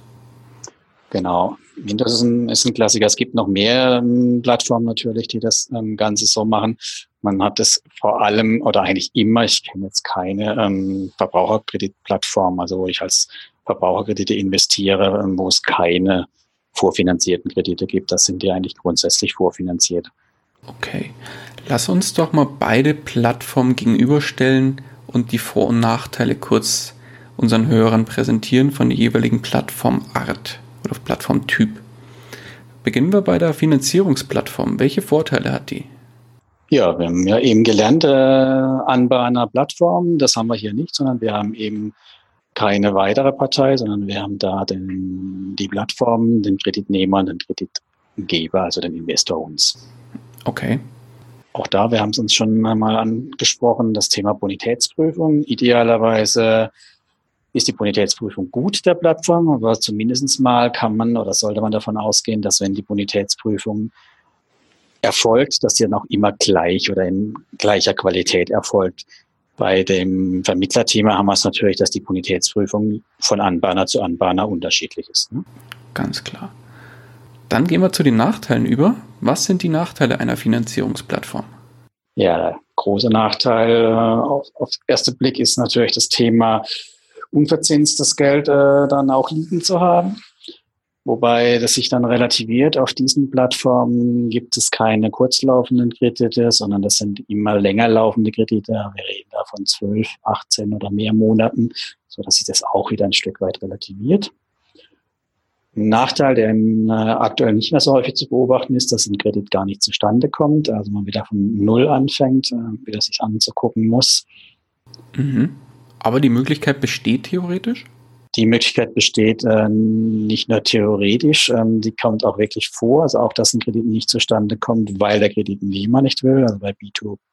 Genau. Mintos ist ein, ist ein Klassiker. Es gibt noch mehr ähm, Plattformen natürlich, die das ähm, Ganze so machen. Man hat es vor allem oder eigentlich immer, ich kenne jetzt keine ähm, Verbraucherkreditplattform, also wo ich als Verbraucherkredite investiere, ähm, wo es keine vorfinanzierten Kredite gibt. Das sind die eigentlich grundsätzlich vorfinanziert. Okay. Lass uns doch mal beide Plattformen gegenüberstellen und die Vor- und Nachteile kurz unseren Hörern präsentieren von der jeweiligen Plattformart oder Plattformtyp. Beginnen wir bei der Finanzierungsplattform. Welche Vorteile hat die? Ja, wir haben ja eben gelernt, äh, Anbahner Plattform, das haben wir hier nicht, sondern wir haben eben keine weitere Partei, sondern wir haben da den, die Plattform, den Kreditnehmer und den Kreditgeber, also den Investor uns. Okay. Auch da, wir haben es uns schon einmal angesprochen, das Thema Bonitätsprüfung. Idealerweise ist die Bonitätsprüfung gut der Plattform, aber zumindest mal kann man oder sollte man davon ausgehen, dass wenn die Bonitätsprüfung erfolgt, dass die dann auch immer gleich oder in gleicher Qualität erfolgt. Bei dem Vermittlerthema haben wir es natürlich, dass die Bonitätsprüfung von Anbahner zu Anbahner unterschiedlich ist. Ne? Ganz klar. Dann gehen wir zu den Nachteilen über. Was sind die Nachteile einer Finanzierungsplattform? Ja, der große Nachteil auf, auf den ersten Blick ist natürlich das Thema unverzinstes Geld äh, dann auch liegen zu haben. Wobei das sich dann relativiert. Auf diesen Plattformen gibt es keine kurzlaufenden Kredite, sondern das sind immer länger laufende Kredite. Wir reden da von zwölf, achtzehn oder mehr Monaten, sodass sich das auch wieder ein Stück weit relativiert. Ein Nachteil, der äh, aktuell nicht mehr so häufig zu beobachten ist, dass ein Kredit gar nicht zustande kommt. Also man wieder von Null anfängt, äh, wieder sich anzugucken muss. Mhm. Aber die Möglichkeit besteht theoretisch? Die Möglichkeit besteht äh, nicht nur theoretisch, ähm, die kommt auch wirklich vor. Also auch, dass ein Kredit nicht zustande kommt, weil der Kreditnehmer nicht will. Also bei B zwei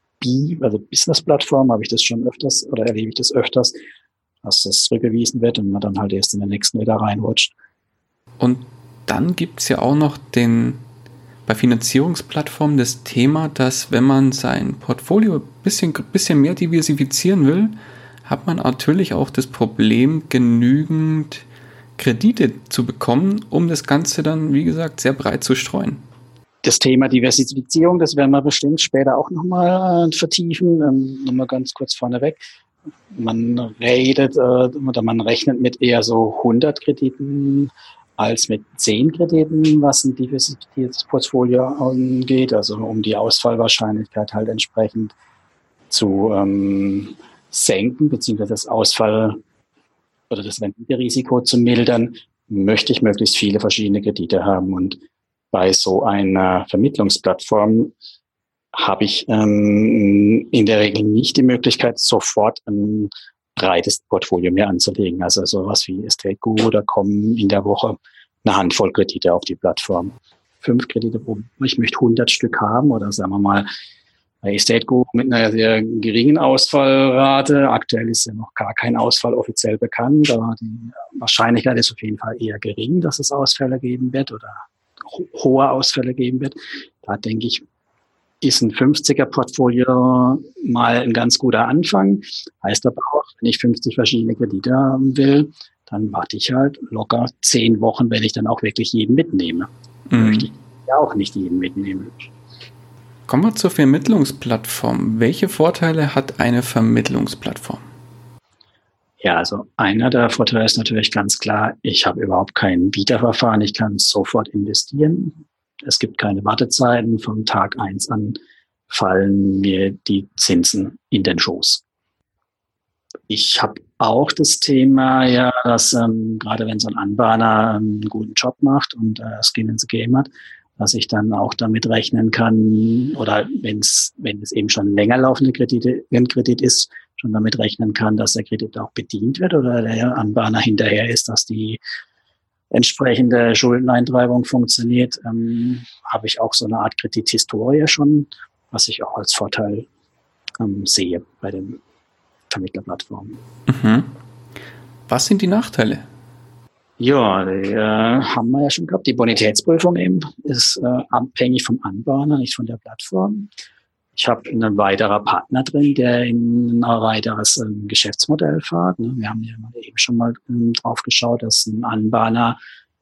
B, also Business-Plattform, habe ich das schon öfters oder erlebe ich das öfters, dass das zurückgewiesen wird und man dann halt erst in den nächsten wieder reinrutscht. Und dann gibt es ja auch noch den bei Finanzierungsplattformen das Thema, dass wenn man sein Portfolio ein bisschen, bisschen mehr diversifizieren will, hat man natürlich auch das Problem, genügend Kredite zu bekommen, um das Ganze dann, wie gesagt, sehr breit zu streuen. Das Thema Diversifizierung, das werden wir bestimmt später auch nochmal äh, vertiefen. Ähm, nochmal ganz kurz vorneweg. Man redet äh, oder man rechnet mit eher so hundert Krediten als mit zehn Krediten, was ein diversifiziertes Portfolio angeht. Also um die Ausfallwahrscheinlichkeit halt entsprechend zu ähm, senken, beziehungsweise das Ausfall- oder das Renditerisiko zu mildern, möchte ich möglichst viele verschiedene Kredite haben. Und bei so einer Vermittlungsplattform habe ich ähm, in der Regel nicht die Möglichkeit, sofort ein breites Portfolio mir anzulegen. Also sowas wie EstateGo, da kommen in der Woche eine Handvoll Kredite auf die Plattform. Fünf Kredite pro Woche. Ich möchte hundert Stück haben oder sagen wir mal bei EstateGo mit einer sehr geringen Ausfallrate. Aktuell ist ja noch gar kein Ausfall offiziell bekannt, aber die Wahrscheinlichkeit ist auf jeden Fall eher gering, dass es Ausfälle geben wird oder ho- hohe Ausfälle geben wird. Da denke ich, ist ein fünfziger-Portfolio mal ein ganz guter Anfang. Heißt aber auch, wenn ich fünfzig verschiedene Kredite haben will, dann warte ich halt locker zehn Wochen, wenn ich dann auch wirklich jeden mitnehme. Mhm. Möchte ich ja auch nicht jeden mitnehmen. Kommen wir zur Vermittlungsplattform. Welche Vorteile hat eine Vermittlungsplattform? Ja, also einer der Vorteile ist natürlich ganz klar, ich habe überhaupt kein Bieterverfahren, ich kann sofort investieren. Es gibt keine Wartezeiten. Vom Tag eins an fallen mir die Zinsen in den Schoß. Ich habe auch das Thema, ja, dass ähm, gerade wenn so ein Anbahner ähm, einen guten Job macht und äh, Skin in the Game hat, dass ich dann auch damit rechnen kann oder wenn's, wenn es eben schon länger laufende Kredite, ein Kredit ist, schon damit rechnen kann, dass der Kredit auch bedient wird oder der Anbahner hinterher ist, dass die entsprechende Schuldeneintreibung funktioniert, ähm, habe ich auch so eine Art Kredithistorie schon, was ich auch als Vorteil ähm, sehe bei den Vermittlerplattformen. Mhm. Was sind die Nachteile? Ja, die äh, haben wir ja schon gehabt. Die Bonitätsprüfung eben ist äh, abhängig vom Anbahner, nicht von der Plattform. Ich habe einen weiteren Partner drin, der in ein weiteres ähm, Geschäftsmodell fährt. Ne? Wir haben ja eben schon mal ähm, drauf geschaut, dass ein Anbahner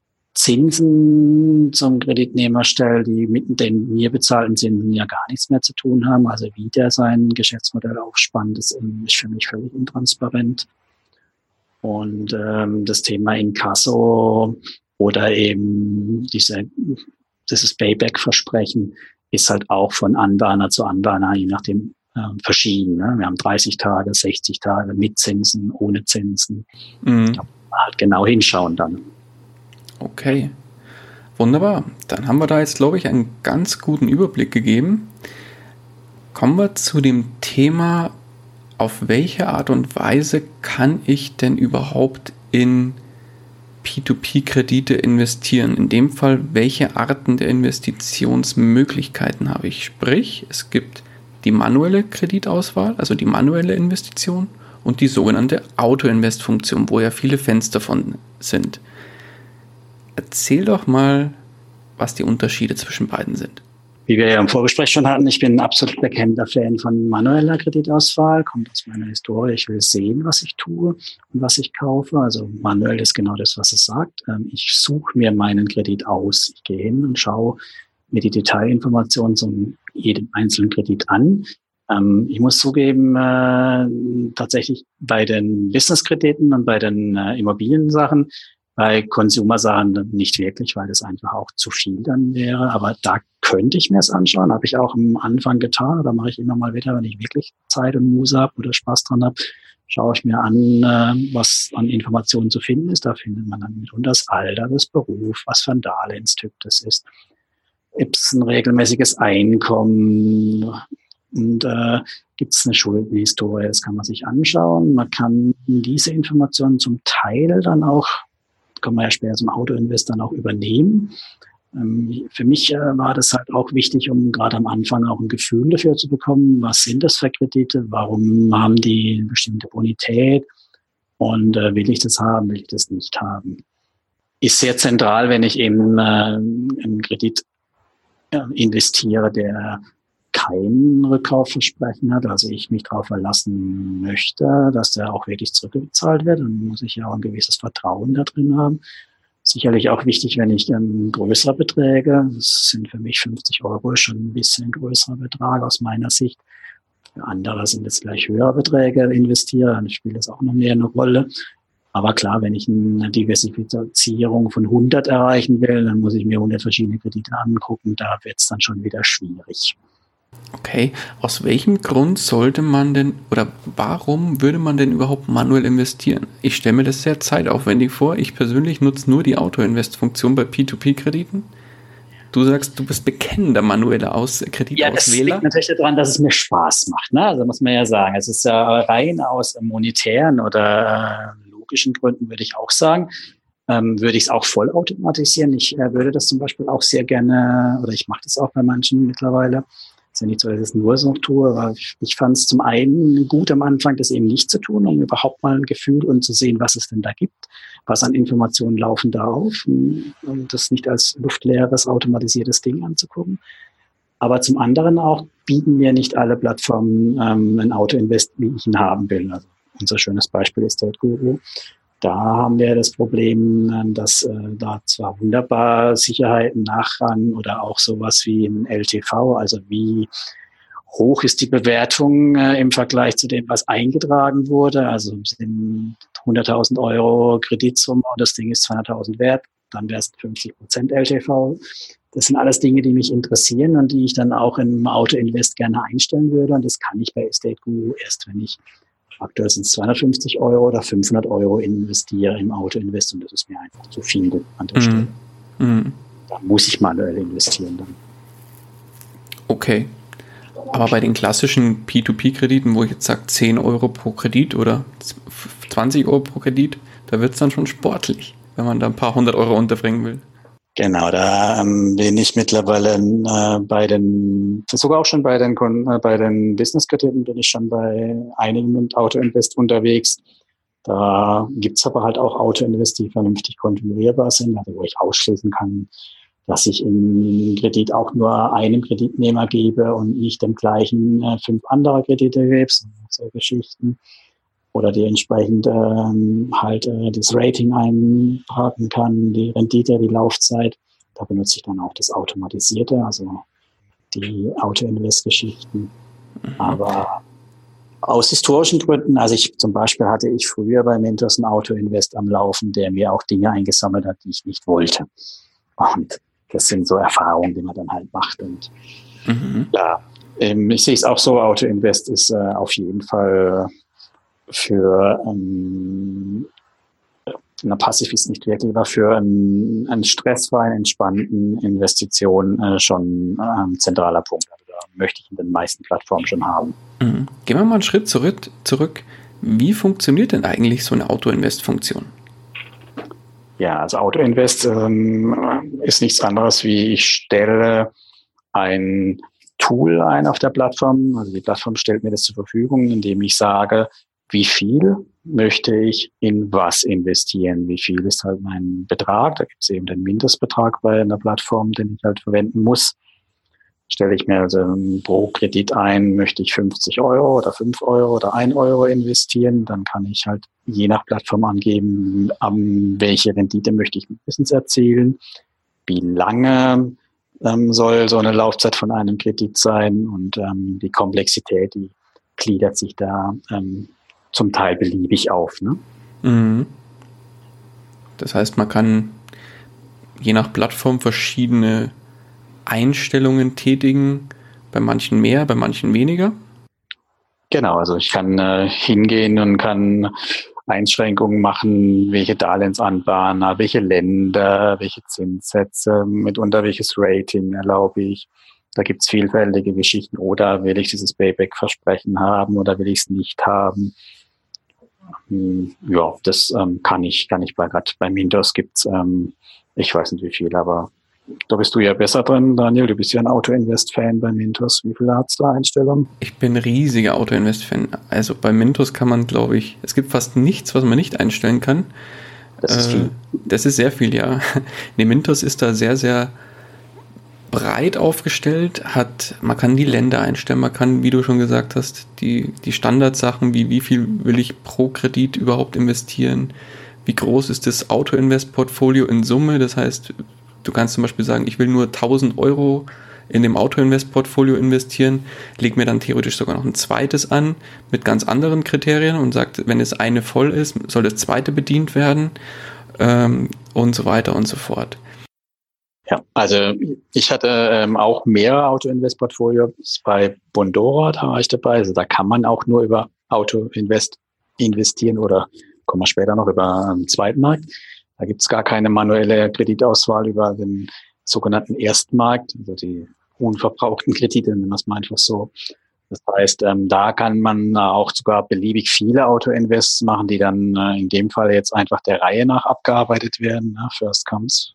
Zinsen zum Kreditnehmer stellt, die mit den mir bezahlten Zinsen ja gar nichts mehr zu tun haben. Also wie der sein Geschäftsmodell aufspannt, ist, ist für mich völlig intransparent. Und ähm, das Thema Inkasso oder eben diese, dieses Payback-Versprechen ist halt auch von Anbahner zu Anbahner, je nachdem, äh, verschieden. Ne? Wir haben dreißig Tage, sechzig Tage mit Zinsen, ohne Zinsen. Mhm. Da muss man halt genau hinschauen dann. Okay, wunderbar. Dann haben wir da jetzt, glaube ich, einen ganz guten Überblick gegeben. Kommen wir zu dem Thema, auf welche Art und Weise kann ich denn überhaupt in P zwei P-Kredite investieren? In dem Fall, welche Arten der Investitionsmöglichkeiten habe ich? Sprich, es gibt die manuelle Kreditauswahl, also die manuelle Investition und die sogenannte Auto-Invest-Funktion, wo ja viele Fenster von sind. Erzähl doch mal, was die Unterschiede zwischen beiden sind. Wie wir ja im Vorgespräch schon hatten, ich bin ein absolut bekennender Fan von manueller Kreditauswahl, kommt aus meiner Historie. Ich will sehen, was ich tue und was ich kaufe. Also manuell ist genau das, was es sagt. Ich suche mir meinen Kredit aus. Ich gehe hin und schaue mir die Detailinformationen zu jedem einzelnen Kredit an. Ich muss zugeben, tatsächlich bei den Business-Krediten und bei den Immobiliensachen Bei Consumer-Sachen nicht wirklich, weil das einfach auch zu viel dann wäre. Aber da könnte ich mir es anschauen. Habe ich auch am Anfang getan. Oder mache ich immer mal wieder, wenn ich wirklich Zeit und Muße habe oder Spaß dran habe, schaue ich mir an, äh, was an Informationen zu finden ist. Da findet man dann mitunter das Alter, das Beruf, was für ein Darlehenstyp das ist. Gibt es ein regelmäßiges Einkommen und äh, gibt es eine Schuldenhistorie? Das kann man sich anschauen. Man kann diese Informationen zum Teil dann auch, kann man ja später zum Autoinvest dann auch übernehmen. Ähm, für mich äh, war das halt auch wichtig, um gerade am Anfang auch ein Gefühl dafür zu bekommen, was sind das für Kredite, warum haben die eine bestimmte Bonität und äh, will ich das haben, will ich das nicht haben. Ist sehr zentral, wenn ich eben äh, einen Kredit äh, investiere, der kein Rückkaufversprechen hat, also ich mich darauf verlassen möchte, dass der auch wirklich zurückgezahlt wird, dann muss ich ja auch ein gewisses Vertrauen da drin haben. Sicherlich auch wichtig, wenn ich ähm, größere Beträge, das sind für mich fünfzig Euro schon ein bisschen größerer Betrag aus meiner Sicht. Für andere sind es gleich höhere Beträge investiere, dann spielt das auch noch mehr eine Rolle. Aber klar, wenn ich eine Diversifizierung von hundert erreichen will, dann muss ich mir hundert verschiedene Kredite angucken, da wird es dann schon wieder schwierig. Okay, aus welchem Grund sollte man denn oder warum würde man denn überhaupt manuell investieren? Ich stelle mir das sehr zeitaufwendig vor. Ich persönlich nutze nur die Auto-Invest-Funktion bei P zwei P-Krediten. Du sagst, du bist bekennender manueller Aus- Kreditauswähler. Ja, das liegt natürlich daran, dass es mir Spaß macht. Ne? Also muss man ja sagen, es ist ja rein aus monetären oder äh, logischen Gründen, würde ich auch sagen. Ähm, würde ich es auch vollautomatisieren. Ich äh, würde das zum Beispiel auch sehr gerne, oder ich mache das auch bei manchen mittlerweile. Es ist ja nicht so, dass ich es nur so tue, aber ich, ich fand es zum einen gut am Anfang, das eben nicht zu tun, um überhaupt mal ein Gefühl und zu sehen, was es denn da gibt, was an Informationen laufen da auf und, und das nicht als luftleeres, automatisiertes Ding anzugucken. Aber zum anderen auch bieten mir nicht alle Plattformen ähm, ein Auto-Invest, wie ich ihn haben will. Also unser schönes Beispiel ist Estate Guru. Da haben wir das Problem, dass äh, da zwar wunderbar Sicherheiten nachrang oder auch sowas wie ein L T V, also wie hoch ist die Bewertung äh, im Vergleich zu dem, was eingetragen wurde. Also sind hunderttausend Euro Kreditsumme und das Ding ist zweihunderttausend wert, dann wäre es fünfzig Prozent L T V. Das sind alles Dinge, die mich interessieren und die ich dann auch im Auto-Invest gerne einstellen würde. Und das kann ich bei Estate Guru erst, wenn ich aktuell sind es zweihundertfünfzig Euro oder fünfhundert Euro investiere im Auto-Invest und das ist mir einfach zu viel an der Stelle. Mm. Da muss ich manuell investieren dann. Okay. Aber bei den klassischen P zwei P-Krediten, wo ich jetzt sage zehn Euro pro Kredit oder zwanzig Euro pro Kredit, da wird es dann schon sportlich, wenn man da ein paar hundert Euro unterbringen will. Genau, da ähm, bin ich mittlerweile äh, bei den, sogar auch schon bei den äh, bei den Business-Krediten bin ich schon bei einigen mit Auto-Invest unterwegs. Da gibt's aber halt auch Auto-Invest, die vernünftig konfigurierbar sind, also wo ich ausschließen kann, dass ich im Kredit auch nur einem Kreditnehmer gebe und nicht dem gleichen äh, fünf andere Kredite gebe, so Geschichten. Oder die entsprechend ähm, halt äh, das Rating einparken kann, die Rendite, die Laufzeit. Da benutze ich dann auch das Automatisierte, also die Auto-Invest-Geschichten. Mhm. Aber aus historischen Gründen, also ich zum Beispiel hatte ich früher bei Mentors ein Auto-Invest am Laufen, der mir auch Dinge eingesammelt hat, die ich nicht wollte. Und das sind so Erfahrungen, die man dann halt macht. Und mhm. ja, ähm, ich sehe es auch so, Auto-Invest ist äh, auf jeden Fall für ähm, na, passiv ist nicht wirklich, aber für einen, einen stressfreien, entspannten Investition äh, schon äh, ein zentraler Punkt. Also da möchte ich in den meisten Plattformen schon haben. Mhm. Gehen wir mal einen Schritt zurück, zurück. Wie funktioniert denn eigentlich so eine Auto-Invest-Funktion? Ja, also Auto-Invest ähm, ist nichts anderes wie ich stelle ein Tool ein auf der Plattform. Also die Plattform stellt mir das zur Verfügung, indem ich sage, wie viel möchte ich in was investieren? Wie viel ist halt mein Betrag? Da gibt es eben den Mindestbetrag bei einer Plattform, den ich halt verwenden muss. Stelle ich mir also pro Kredit ein, möchte ich fünfzig Euro oder fünf Euro oder ein Euro investieren, dann kann ich halt je nach Plattform angeben, um welche Rendite möchte ich mindestens erzielen, wie lange ähm, soll so eine Laufzeit von einem Kredit sein und ähm, die Komplexität, die gliedert sich da ähm, zum Teil beliebig auf. Ne? Mhm. Das heißt, man kann je nach Plattform verschiedene Einstellungen tätigen, bei manchen mehr, bei manchen weniger. Genau, also ich kann äh, hingehen und kann Einschränkungen machen, welche Darlehensanbahner, welche Länder, welche Zinssätze, mitunter welches Rating erlaube ich. Da gibt's vielfältige Geschichten. Oder will ich dieses Payback-Versprechen haben oder will ich es nicht haben? Hm, ja, das ähm, kann ich, kann ich bei grad bei Mintos gibt's, ähm, ich weiß nicht wie viel, aber da bist du ja besser drin, Daniel. Du bist ja ein Auto-Invest-Fan bei Mintos. Wie viele hat's da Einstellungen? Ich bin ein riesiger Auto-Invest-Fan. Also bei Mintos kann man, glaube ich, es gibt fast nichts, was man nicht einstellen kann. Das ist viel. Äh, das ist sehr viel, ja. Nee, Mintos ist da sehr, sehr breit aufgestellt, hat, man kann die Länder einstellen, man kann, wie du schon gesagt hast, die, die Standardsachen, wie wie viel will ich pro Kredit überhaupt investieren, wie groß ist das Auto-Invest-Portfolio in Summe, das heißt, du kannst zum Beispiel sagen, ich will nur tausend Euro in dem Auto-Invest-Portfolio investieren, leg mir dann theoretisch sogar noch ein zweites an mit ganz anderen Kriterien und sagt, wenn es eine voll ist, soll das zweite bedient werden ähm, und so weiter und so fort. Ja, also ich hatte ähm, auch mehrere Auto-Invest-Portfolios bei Bondora, da war ich dabei. Also da kann man auch nur über Auto-Invest investieren oder kommen wir später noch über einen Zweitmarkt. Da gibt's gar keine manuelle Kreditauswahl über den sogenannten Erstmarkt, also die unverbrauchten Kredite, nennen wir es mal einfach so. Das heißt, ähm, da kann man äh, auch sogar beliebig viele Auto-Invests machen, die dann äh, in dem Fall jetzt einfach der Reihe nach abgearbeitet werden, ne? First comes.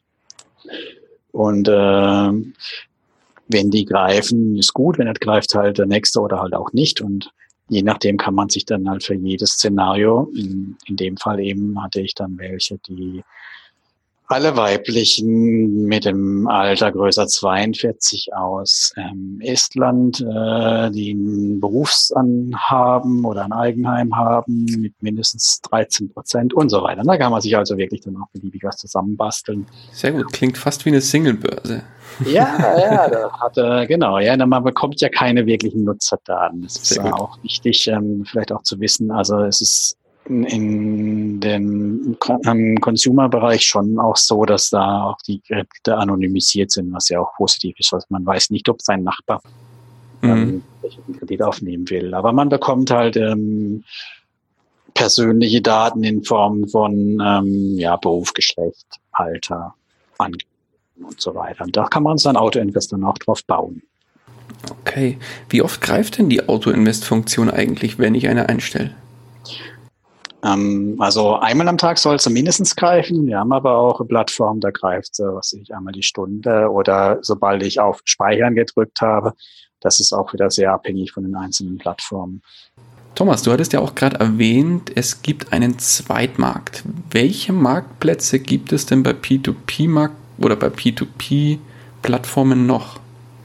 Und äh, wenn die greifen, ist gut, wenn nicht greift, halt der nächste oder halt auch nicht. Und je nachdem kann man sich dann halt für jedes Szenario, in, in dem Fall eben hatte ich dann welche, die alle weiblichen mit dem Alter größer zweiundvierzig aus ähm, Estland, äh, die ein Berufsanhaben oder ein Eigenheim haben mit mindestens dreizehn Prozent und so weiter. Da kann man sich also wirklich dann auch beliebig was zusammenbasteln. Sehr gut, klingt fast wie eine Singlebörse. Ja, ja, da hat äh, genau, ja, man bekommt ja keine wirklichen Nutzerdaten. Das ist äh, auch wichtig, ähm, vielleicht auch zu wissen. Also es ist in, in dem Consumer-Bereich schon auch so, dass da auch die Kredite anonymisiert sind, was ja auch positiv ist. Also man weiß nicht, ob sein Nachbar mhm. ähm, welchen Kredit aufnehmen will. Aber man bekommt halt ähm, persönliche Daten in Form von ähm, ja, Beruf, Geschlecht, Alter, Angeboten und so weiter. Und da kann man sein Auto-Invest dann auch drauf bauen. Okay. Wie oft greift denn die Auto-Invest-Funktion eigentlich, wenn ich eine einstelle? Ähm, also einmal am Tag soll sie mindestens greifen. Wir haben aber auch eine Plattform, da greift sie, was weiß ich, einmal die Stunde oder sobald ich auf Speichern gedrückt habe. Das ist auch wieder sehr abhängig von den einzelnen Plattformen. Thomas, du hattest ja auch gerade erwähnt, es gibt einen Zweitmarkt. Welche Marktplätze gibt es denn bei P zwei P-Markt oder bei P zwei P-Plattformen noch?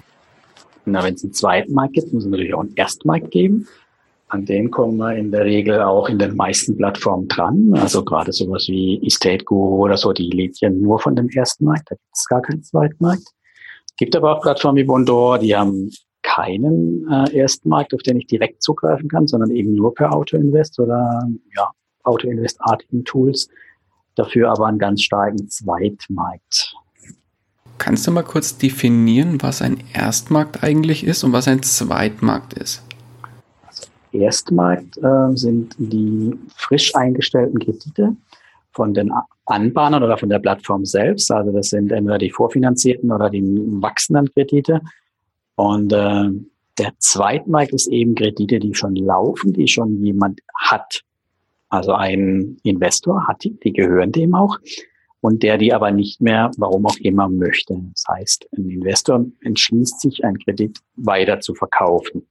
Na, wenn es einen Zweitmarkt gibt, muss es natürlich auch einen Erstmarkt geben. An den kommen wir in der Regel auch in den meisten Plattformen dran. Also gerade sowas wie Estate Guru oder so, die lebt ja nur von dem Erstmarkt. Da gibt es gar keinen Zweitmarkt. Gibt aber auch Plattformen wie Bondora, die haben keinen äh, Erstmarkt, auf den ich direkt zugreifen kann, sondern eben nur per Auto-Invest oder ja, Auto-Invest-artigen Tools. Dafür aber einen ganz starken Zweitmarkt. Kannst du mal kurz definieren, was ein Erstmarkt eigentlich ist und was ein Zweitmarkt ist? Also Erstmarkt äh, sind die frisch eingestellten Kredite von den Anbahnern oder von der Plattform selbst. Also das sind entweder die vorfinanzierten oder die wachsenden Kredite. Und äh, der Zweitmarkt ist eben Kredite, die schon laufen, die schon jemand hat. Also ein Investor hat die, die gehören dem auch. Und der die aber nicht mehr, warum auch immer, möchte. Das heißt, ein Investor entschließt sich, einen Kredit weiter zu verkaufen.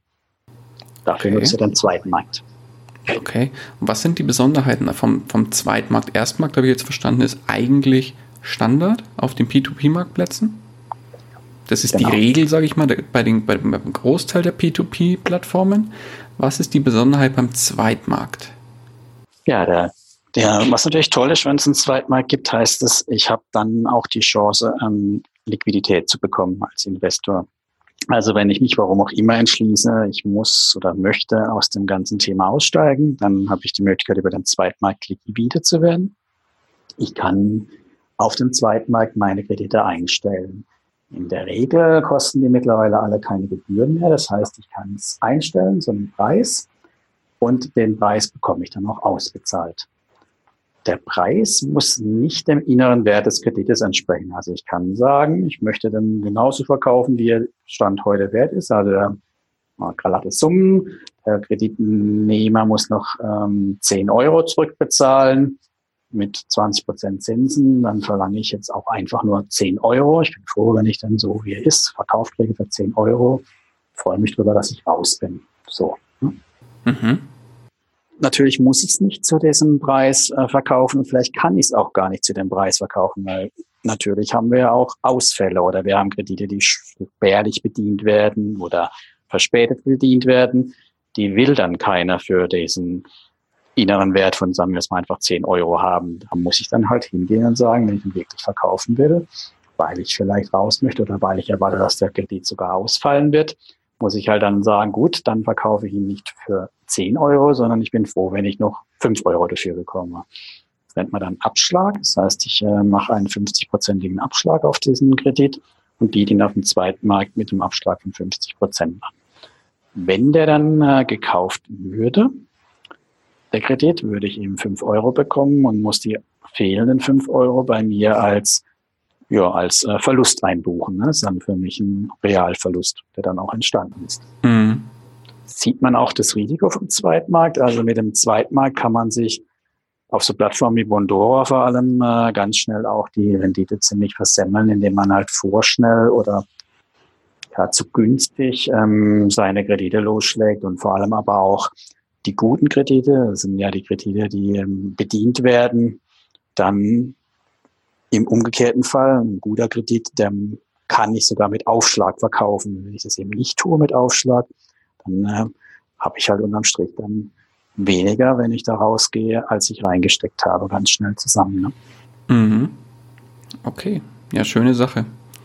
Dafür Okay. nutzt er den Zweitmarkt. Okay. Und was sind die Besonderheiten vom, vom Zweitmarkt? Erstmarkt, habe ich jetzt verstanden, ist eigentlich Standard auf den P zwei P-Marktplätzen. Das ist genau die Regel, sage ich mal, bei den, bei dem Großteil der P zwei P-Plattformen. Was ist die Besonderheit beim Zweitmarkt? Ja, der Der, was natürlich toll ist, wenn es einen Zweitmarkt gibt, heißt es, ich habe dann auch die Chance, ähm, Liquidität zu bekommen als Investor. Also wenn ich mich warum auch immer entschließe, ich muss oder möchte aus dem ganzen Thema aussteigen, dann habe ich die Möglichkeit, über den Zweitmarkt liquide zu werden. Ich kann auf dem Zweitmarkt meine Kredite einstellen. In der Regel kosten die mittlerweile alle keine Gebühren mehr. Das heißt, ich kann es einstellen, so einen Preis, und den Preis bekomme ich dann auch ausbezahlt. Der Preis muss nicht dem inneren Wert des Kredites entsprechen. Also ich kann sagen, ich möchte den genauso verkaufen, wie er Stand heute wert ist. Also der glatte Summen. Der Kreditnehmer muss noch ähm, zehn Euro zurückbezahlen mit zwanzig Prozent Zinsen. Dann verlange ich jetzt auch einfach nur zehn Euro. Ich bin froh, wenn ich dann so, wie er ist, verkauft kriege für zehn Euro. Ich freue mich darüber, dass ich raus bin. So. Mhm. Natürlich muss ich es nicht zu diesem Preis äh, verkaufen. Vielleicht kann ich es auch gar nicht zu dem Preis verkaufen, weil natürlich haben wir auch Ausfälle oder wir haben Kredite, die spärlich bedient werden oder verspätet bedient werden. Die will dann keiner für diesen inneren Wert von, sagen wir es mal, einfach zehn Euro haben. Da muss ich dann halt hingehen und sagen, wenn ich ihn wirklich verkaufen will, weil ich vielleicht raus möchte oder weil ich erwarte, dass der Kredit sogar ausfallen wird, muss ich halt dann sagen, gut, dann verkaufe ich ihn nicht für zehn Euro, sondern ich bin froh, wenn ich noch fünf Euro dafür bekomme. Das nennt man dann Abschlag. Das heißt, ich äh, mache einen fünfzig-prozentigen Abschlag auf diesen Kredit und biete ihn auf dem Zweitmarkt mit einem Abschlag von fünfzig Prozent an. Wenn der dann äh, gekauft würde, der Kredit, würde ich eben fünf Euro bekommen und muss die fehlenden fünf Euro bei mir als ja, als äh, Verlust einbuchen. Ne? Das ist dann für mich ein Realverlust, der dann auch entstanden ist. Mhm. Sieht man auch das Risiko vom Zweitmarkt. Also mit dem Zweitmarkt kann man sich auf so Plattformen wie Bondora vor allem äh, ganz schnell auch die Rendite ziemlich versemmeln, indem man halt vorschnell oder ja, zu günstig ähm, seine Kredite losschlägt und vor allem aber auch die guten Kredite, das sind ja die Kredite, die ähm, bedient werden, dann im umgekehrten Fall, ein guter Kredit, der kann ich sogar mit Aufschlag verkaufen. Wenn ich das eben nicht tue mit Aufschlag, dann äh, habe ich halt unterm Strich dann weniger, wenn ich da rausgehe, als ich reingesteckt habe, ganz schnell zusammen. Ne? Mhm. Okay, ja, schöne Sache.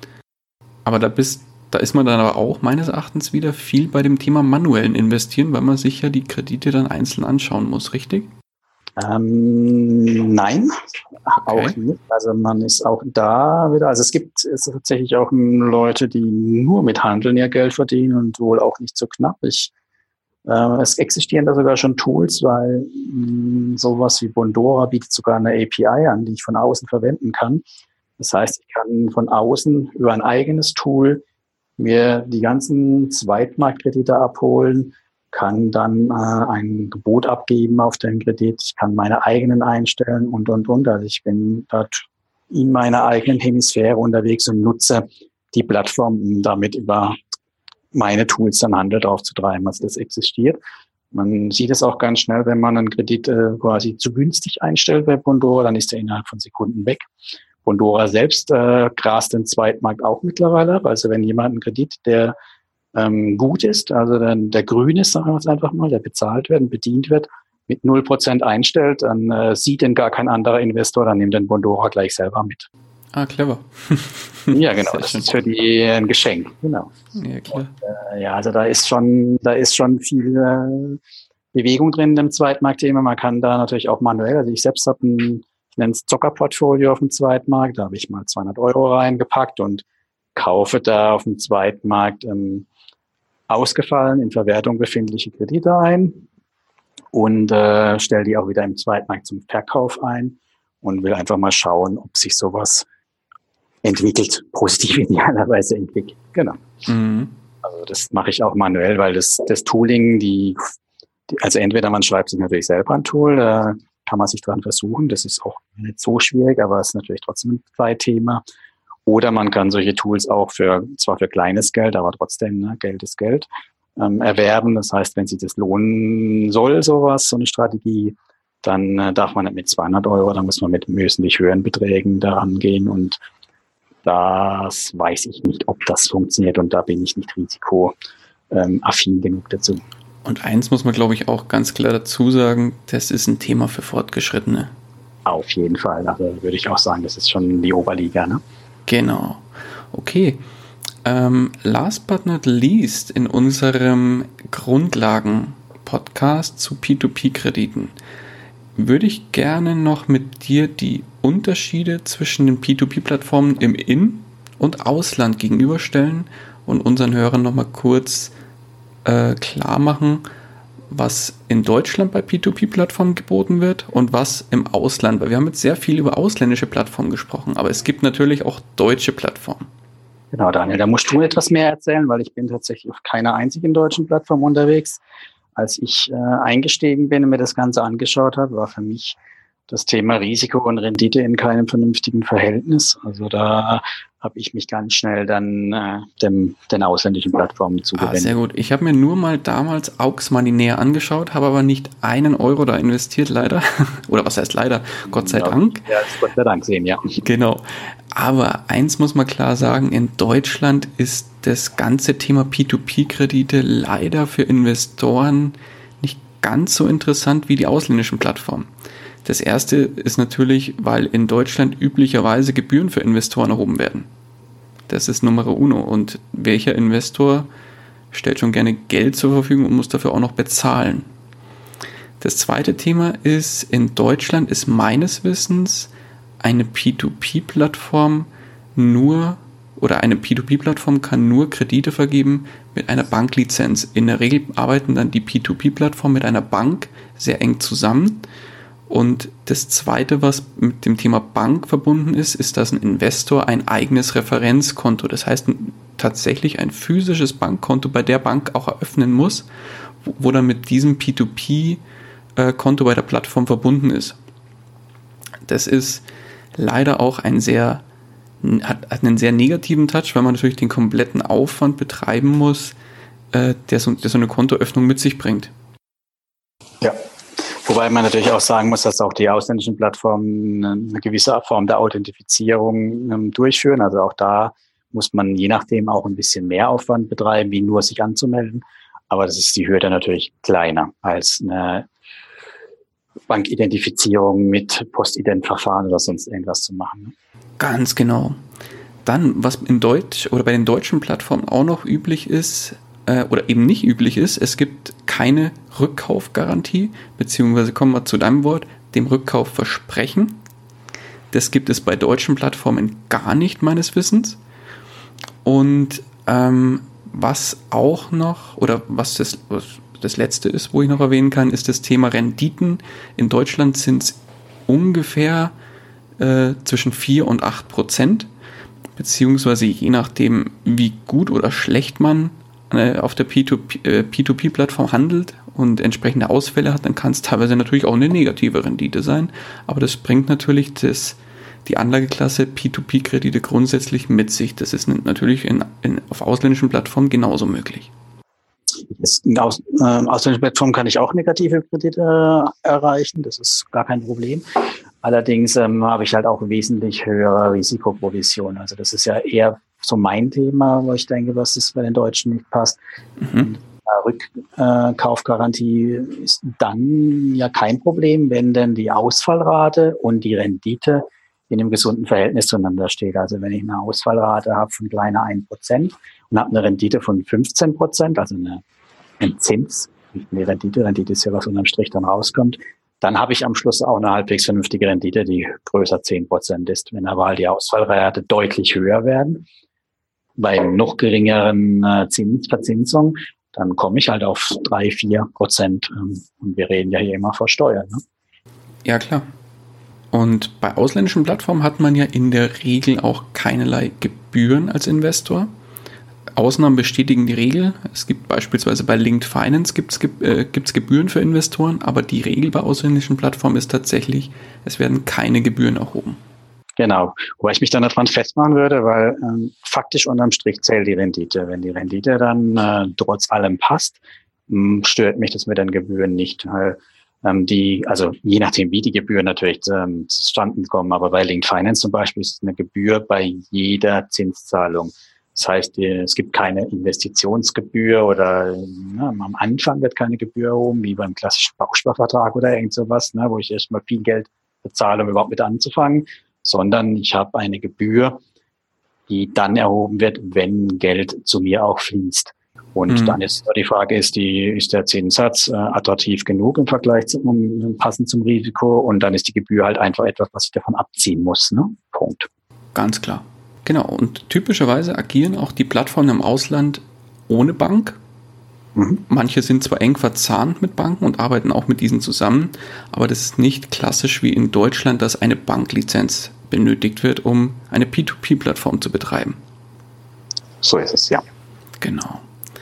Aber da bist, da ist man dann aber auch meines Erachtens wieder viel bei dem Thema manuellen Investieren, weil man sich ja die Kredite dann einzeln anschauen muss, richtig? Ähm, nein, okay. Auch nicht. Also man ist auch da wieder, also es gibt es tatsächlich auch Leute, die nur mit Handeln ihr Geld verdienen und wohl auch nicht so knapp. Ich, äh, es existieren da sogar schon Tools, weil mh, sowas wie Bondora bietet sogar eine A P I an, die ich von außen verwenden kann. Das heißt, ich kann von außen über ein eigenes Tool mir die ganzen Zweitmarktkredite abholen, kann dann äh, ein Gebot abgeben auf den Kredit, ich kann meine eigenen einstellen und, und, und. Also ich bin dort in meiner eigenen Hemisphäre unterwegs und nutze die Plattform, um damit über meine Tools dann Handel drauf zu treiben. Also das existiert. Man sieht es auch ganz schnell, wenn man einen Kredit äh, quasi zu günstig einstellt bei Bondora, dann ist er innerhalb von Sekunden weg. Bondora selbst äh, grast den Zweitmarkt auch mittlerweile ab. Also wenn jemand einen Kredit, der ähm, gut ist, also der, der grün ist, sagen wir es einfach mal, der bezahlt wird und bedient wird, mit null Prozent einstellt, dann äh, sieht den gar kein anderer Investor, dann nimmt den Bondora gleich selber mit. Ah, clever. Ja, genau, das ist für die ein Geschenk, genau. Ja, klar. Und, äh, ja, also da ist schon, da ist schon viel äh, Bewegung drin in dem Zweitmarktthema. Man kann da natürlich auch manuell, also ich selbst habe ein, ich nenne es Zockerportfolio auf dem Zweitmarkt, da habe ich mal zweihundert Euro reingepackt und kaufe da auf dem Zweitmarkt ähm, ausgefallen, in Verwertung befindliche Kredite ein und äh, stelle die auch wieder im Zweitmarkt zum Verkauf ein und will einfach mal schauen, ob sich sowas entwickelt, positiv idealerweise entwickelt. Genau. Mhm. Also das mache ich auch manuell, weil das, das Tooling, die, die, also entweder man schreibt sich natürlich selber ein Tool, da kann man sich dran versuchen, das ist auch nicht so schwierig, aber es ist natürlich trotzdem ein Zeitthema. Oder man kann solche Tools auch für, zwar für kleines Geld, aber trotzdem, ne, Geld ist Geld, ähm, erwerben. Das heißt, wenn sich das lohnen soll, sowas, so eine Strategie, dann äh, darf man nicht mit zweihundert Euro, dann muss man mit wesentlich höheren Beträgen da rangehen. Und das weiß ich nicht, ob das funktioniert. Und da bin ich nicht risikoaffin genug dazu. Und eins muss man, glaube ich, auch ganz klar dazu sagen, das ist ein Thema für Fortgeschrittene. Auf jeden Fall. Also würde ich auch sagen, das ist schon die Oberliga, ne? Genau. Okay. Ähm, last but not least in unserem Grundlagen-Podcast zu P zwei P-Krediten würde ich gerne noch mit dir die Unterschiede zwischen den P zwei P-Plattformen im In- und Ausland gegenüberstellen und unseren Hörern nochmal kurz äh, klar machen, was in Deutschland bei P zwei P-Plattformen geboten wird und was im Ausland. Weil wir haben jetzt sehr viel über ausländische Plattformen gesprochen, aber es gibt natürlich auch deutsche Plattformen. Genau, Daniel, da musst du etwas mehr erzählen, weil ich bin tatsächlich auf keiner einzigen deutschen Plattform unterwegs. Als ich äh, eingestiegen bin und mir das Ganze angeschaut habe, war für mich das Thema Risiko und Rendite in keinem vernünftigen Verhältnis. Also da habe ich mich ganz schnell dann äh, dem, den ausländischen Plattformen zugewendet. Ah, sehr gut. Ich habe mir nur mal damals Aux Money näher angeschaut, habe aber nicht einen Euro da investiert, leider. Oder was heißt leider? Gott sei ja, Dank. Ja, Gott sei Dank sehen, ja. Genau. Aber eins muss man klar sagen, in Deutschland ist das ganze Thema P zwei P-Kredite leider für Investoren nicht ganz so interessant wie die ausländischen Plattformen. Das erste ist natürlich, weil in Deutschland üblicherweise Gebühren für Investoren erhoben werden. Das ist Nummer uno. Und welcher Investor stellt schon gerne Geld zur Verfügung und muss dafür auch noch bezahlen? Das zweite Thema ist, in Deutschland ist meines Wissens eine P zwei P-Plattform nur, oder eine P zwei P-Plattform kann nur Kredite vergeben mit einer Banklizenz. In der Regel arbeiten dann die P zwei P-Plattformen mit einer Bank sehr eng zusammen. Und das Zweite, was mit dem Thema Bank verbunden ist, ist, dass ein Investor ein eigenes Referenzkonto, das heißt tatsächlich ein physisches Bankkonto bei der Bank auch eröffnen muss, wo dann mit diesem P zwei P-Konto bei der Plattform verbunden ist. Das ist leider auch ein sehr, hat, hat einen sehr negativen Touch, weil man natürlich den kompletten Aufwand betreiben muss, der so, der so eine Kontoöffnung mit sich bringt. Ja. Wobei man natürlich auch sagen muss, dass auch die ausländischen Plattformen eine gewisse Form der Authentifizierung ähm, durchführen. Also auch da muss man je nachdem auch ein bisschen mehr Aufwand betreiben, wie nur sich anzumelden. Aber das ist die Hürde natürlich kleiner als eine Bankidentifizierung mit Postident-Verfahren oder sonst irgendwas zu machen. Ganz genau. Dann, was in Deutsch oder bei den deutschen Plattformen auch noch üblich ist, oder eben nicht üblich ist, es gibt keine Rückkaufgarantie, beziehungsweise kommen wir zu deinem Wort, dem Rückkaufversprechen. Das gibt es bei deutschen Plattformen gar nicht, meines Wissens. Und ähm, was auch noch, oder was das, was das letzte ist, wo ich noch erwähnen kann, ist das Thema Renditen. In Deutschland sind es ungefähr äh, zwischen vier und acht Prozent, beziehungsweise je nachdem, wie gut oder schlecht man auf der P zwei P-Plattform handelt und entsprechende Ausfälle hat, dann kann es teilweise natürlich auch eine negative Rendite sein, aber das bringt natürlich das, die Anlageklasse P zwei P-Kredite grundsätzlich mit sich. Das ist natürlich in, in, auf ausländischen Plattformen genauso möglich. Aus, äh, ausländischen Plattformen kann ich auch negative Kredite äh, erreichen, das ist gar kein Problem. Allerdings ähm, habe ich halt auch wesentlich höhere Risikoprovision. Also das ist ja eher so mein Thema, wo ich denke, was das bei den Deutschen nicht passt. Mhm. Rückkaufgarantie äh, ist dann ja kein Problem, wenn denn die Ausfallrate und die Rendite in einem gesunden Verhältnis zueinander steht. Also wenn ich eine Ausfallrate habe von kleiner ein Prozent und habe eine Rendite von fünfzehn Prozent, also eine, ein Zins, nicht eine Rendite, Rendite ist ja, was unterm Strich dann rauskommt, dann habe ich am Schluss auch eine halbwegs vernünftige Rendite, die größer zehn Prozent ist. Wenn aber halt die Ausfallrate deutlich höher werden, bei noch geringeren äh, Zinsverzinsung, dann komme ich halt auf drei, vier Prozent. Ähm, und wir reden ja hier immer vor Steuern. Ne? Ja, klar. Und bei ausländischen Plattformen hat man ja in der Regel auch keinerlei Gebühren als Investor. Ausnahmen bestätigen die Regel. Es gibt beispielsweise bei Linked Finance gibt's, äh, gibt's Gebühren für Investoren, aber die Regel bei ausländischen Plattformen ist tatsächlich, es werden keine Gebühren erhoben. Genau, wobei ich mich dann daran festmachen würde, weil ähm, faktisch unterm Strich zählt die Rendite. Wenn die Rendite dann äh, trotz allem passt, mh, stört mich das mit den Gebühren nicht, weil ähm, die, also je nachdem, wie die Gebühren natürlich ähm, zustande kommen, aber bei Linked Finance zum Beispiel ist eine Gebühr bei jeder Zinszahlung. Das heißt, die, es gibt keine Investitionsgebühr oder na, am Anfang wird keine Gebühr erhoben, wie beim klassischen Bausparvertrag oder irgend sowas, ne, wo ich erstmal viel Geld bezahle, um überhaupt mit anzufangen, sondern ich habe eine Gebühr, die dann erhoben wird, wenn Geld zu mir auch fließt. Und Mhm. dann ist die Frage, ist, die, ist der Zinssatz äh, attraktiv genug im Vergleich zum, um, passend zum Risiko? Und dann ist die Gebühr halt einfach etwas, was ich davon abziehen muss. Ne? Punkt. Ganz klar. Genau. Und typischerweise agieren auch die Plattformen im Ausland ohne Bank. Mhm. Manche sind zwar eng verzahnt mit Banken und arbeiten auch mit diesen zusammen, aber das ist nicht klassisch wie in Deutschland, dass eine Banklizenz benötigt wird, um eine P zwei P-Plattform zu betreiben. So ist es, ja. Genau.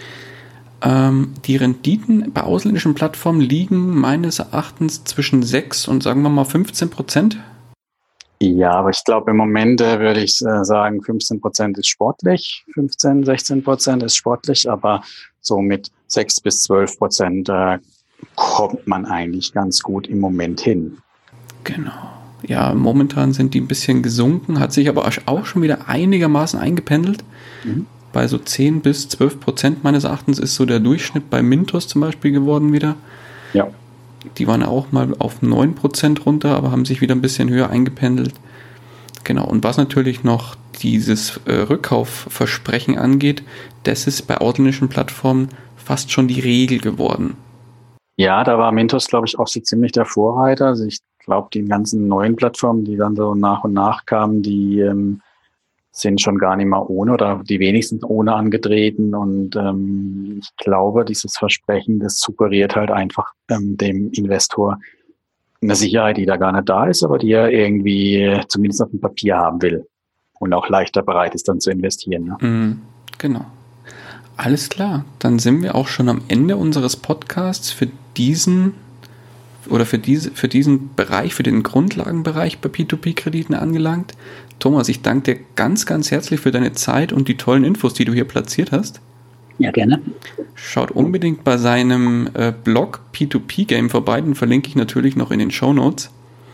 Ähm, die Renditen bei ausländischen Plattformen liegen meines Erachtens zwischen sechs und sagen wir mal fünfzehn Prozent. Ja, aber ich glaube, im Moment äh, würde ich äh, sagen, fünfzehn Prozent ist sportlich, fünfzehn, sechzehn Prozent ist sportlich, aber so mit sechs bis zwölf Prozent äh, kommt man eigentlich ganz gut im Moment hin. Genau. Ja, momentan sind die ein bisschen gesunken, hat sich aber auch schon wieder einigermaßen eingependelt. Mhm. Bei so zehn bis zwölf Prozent meines Erachtens ist so der Durchschnitt bei Mintos zum Beispiel geworden wieder. Ja. Die waren auch mal auf neun Prozent runter, aber haben sich wieder ein bisschen höher eingependelt. Genau, und was natürlich noch dieses äh, Rückkaufversprechen angeht, das ist bei ausländischen Plattformen fast schon die Regel geworden. Ja, da war Mintos, glaube ich, auch so ziemlich der Vorreiter. Also ich glaube, die ganzen neuen Plattformen, die dann so nach und nach kamen, die ähm, sind schon gar nicht mehr ohne oder die wenigsten ohne angetreten. Und ähm, ich glaube, dieses Versprechen, das suggeriert halt einfach ähm, dem Investor eine Sicherheit, die da gar nicht da ist, aber die er irgendwie zumindest auf dem Papier haben will und auch leichter bereit ist, dann zu investieren. Ne? Mm, genau. Alles klar, dann sind wir auch schon am Ende unseres Podcasts für diesen oder für diese, für diesen Bereich, für den Grundlagenbereich bei P zwei P-Krediten angelangt. Thomas, ich danke dir ganz, ganz herzlich für deine Zeit und die tollen Infos, die du hier platziert hast. Ja, gerne. Schaut unbedingt bei seinem äh, Blog P zwei P-Game vorbei, den verlinke ich natürlich noch in den Shownotes.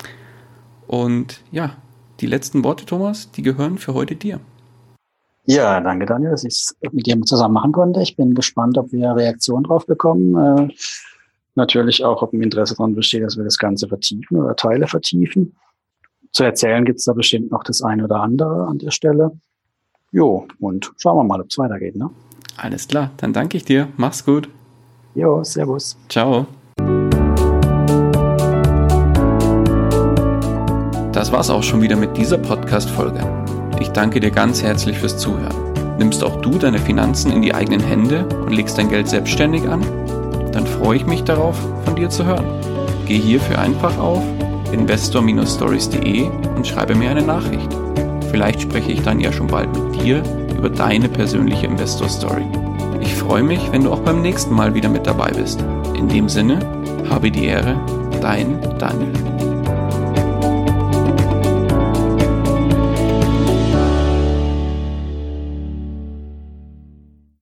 Und ja, die letzten Worte, Thomas, die gehören für heute dir. Ja, danke Daniel, dass ich es mit dir zusammen machen konnte. Ich bin gespannt, ob wir Reaktionen drauf bekommen. Äh, natürlich auch, ob ein Interesse daran besteht, dass wir das Ganze vertiefen oder Teile vertiefen. Zu erzählen gibt es da bestimmt noch das eine oder andere an der Stelle. Jo, und schauen wir mal, ob es weitergeht, ne? Alles klar, dann danke ich dir. Mach's gut. Jo, servus. Ciao. Das war's auch schon wieder mit dieser Podcast-Folge. Ich danke dir ganz herzlich fürs Zuhören. Nimmst auch du deine Finanzen in die eigenen Hände und legst dein Geld selbstständig an? Dann freue ich mich darauf, von dir zu hören. Geh hierfür einfach auf investor Bindestrich stories Punkt de und schreibe mir eine Nachricht. Vielleicht spreche ich dann ja schon bald mit dir über deine persönliche Investor-Story. Ich freue mich, wenn du auch beim nächsten Mal wieder mit dabei bist. In dem Sinne, habe die Ehre, dein Daniel.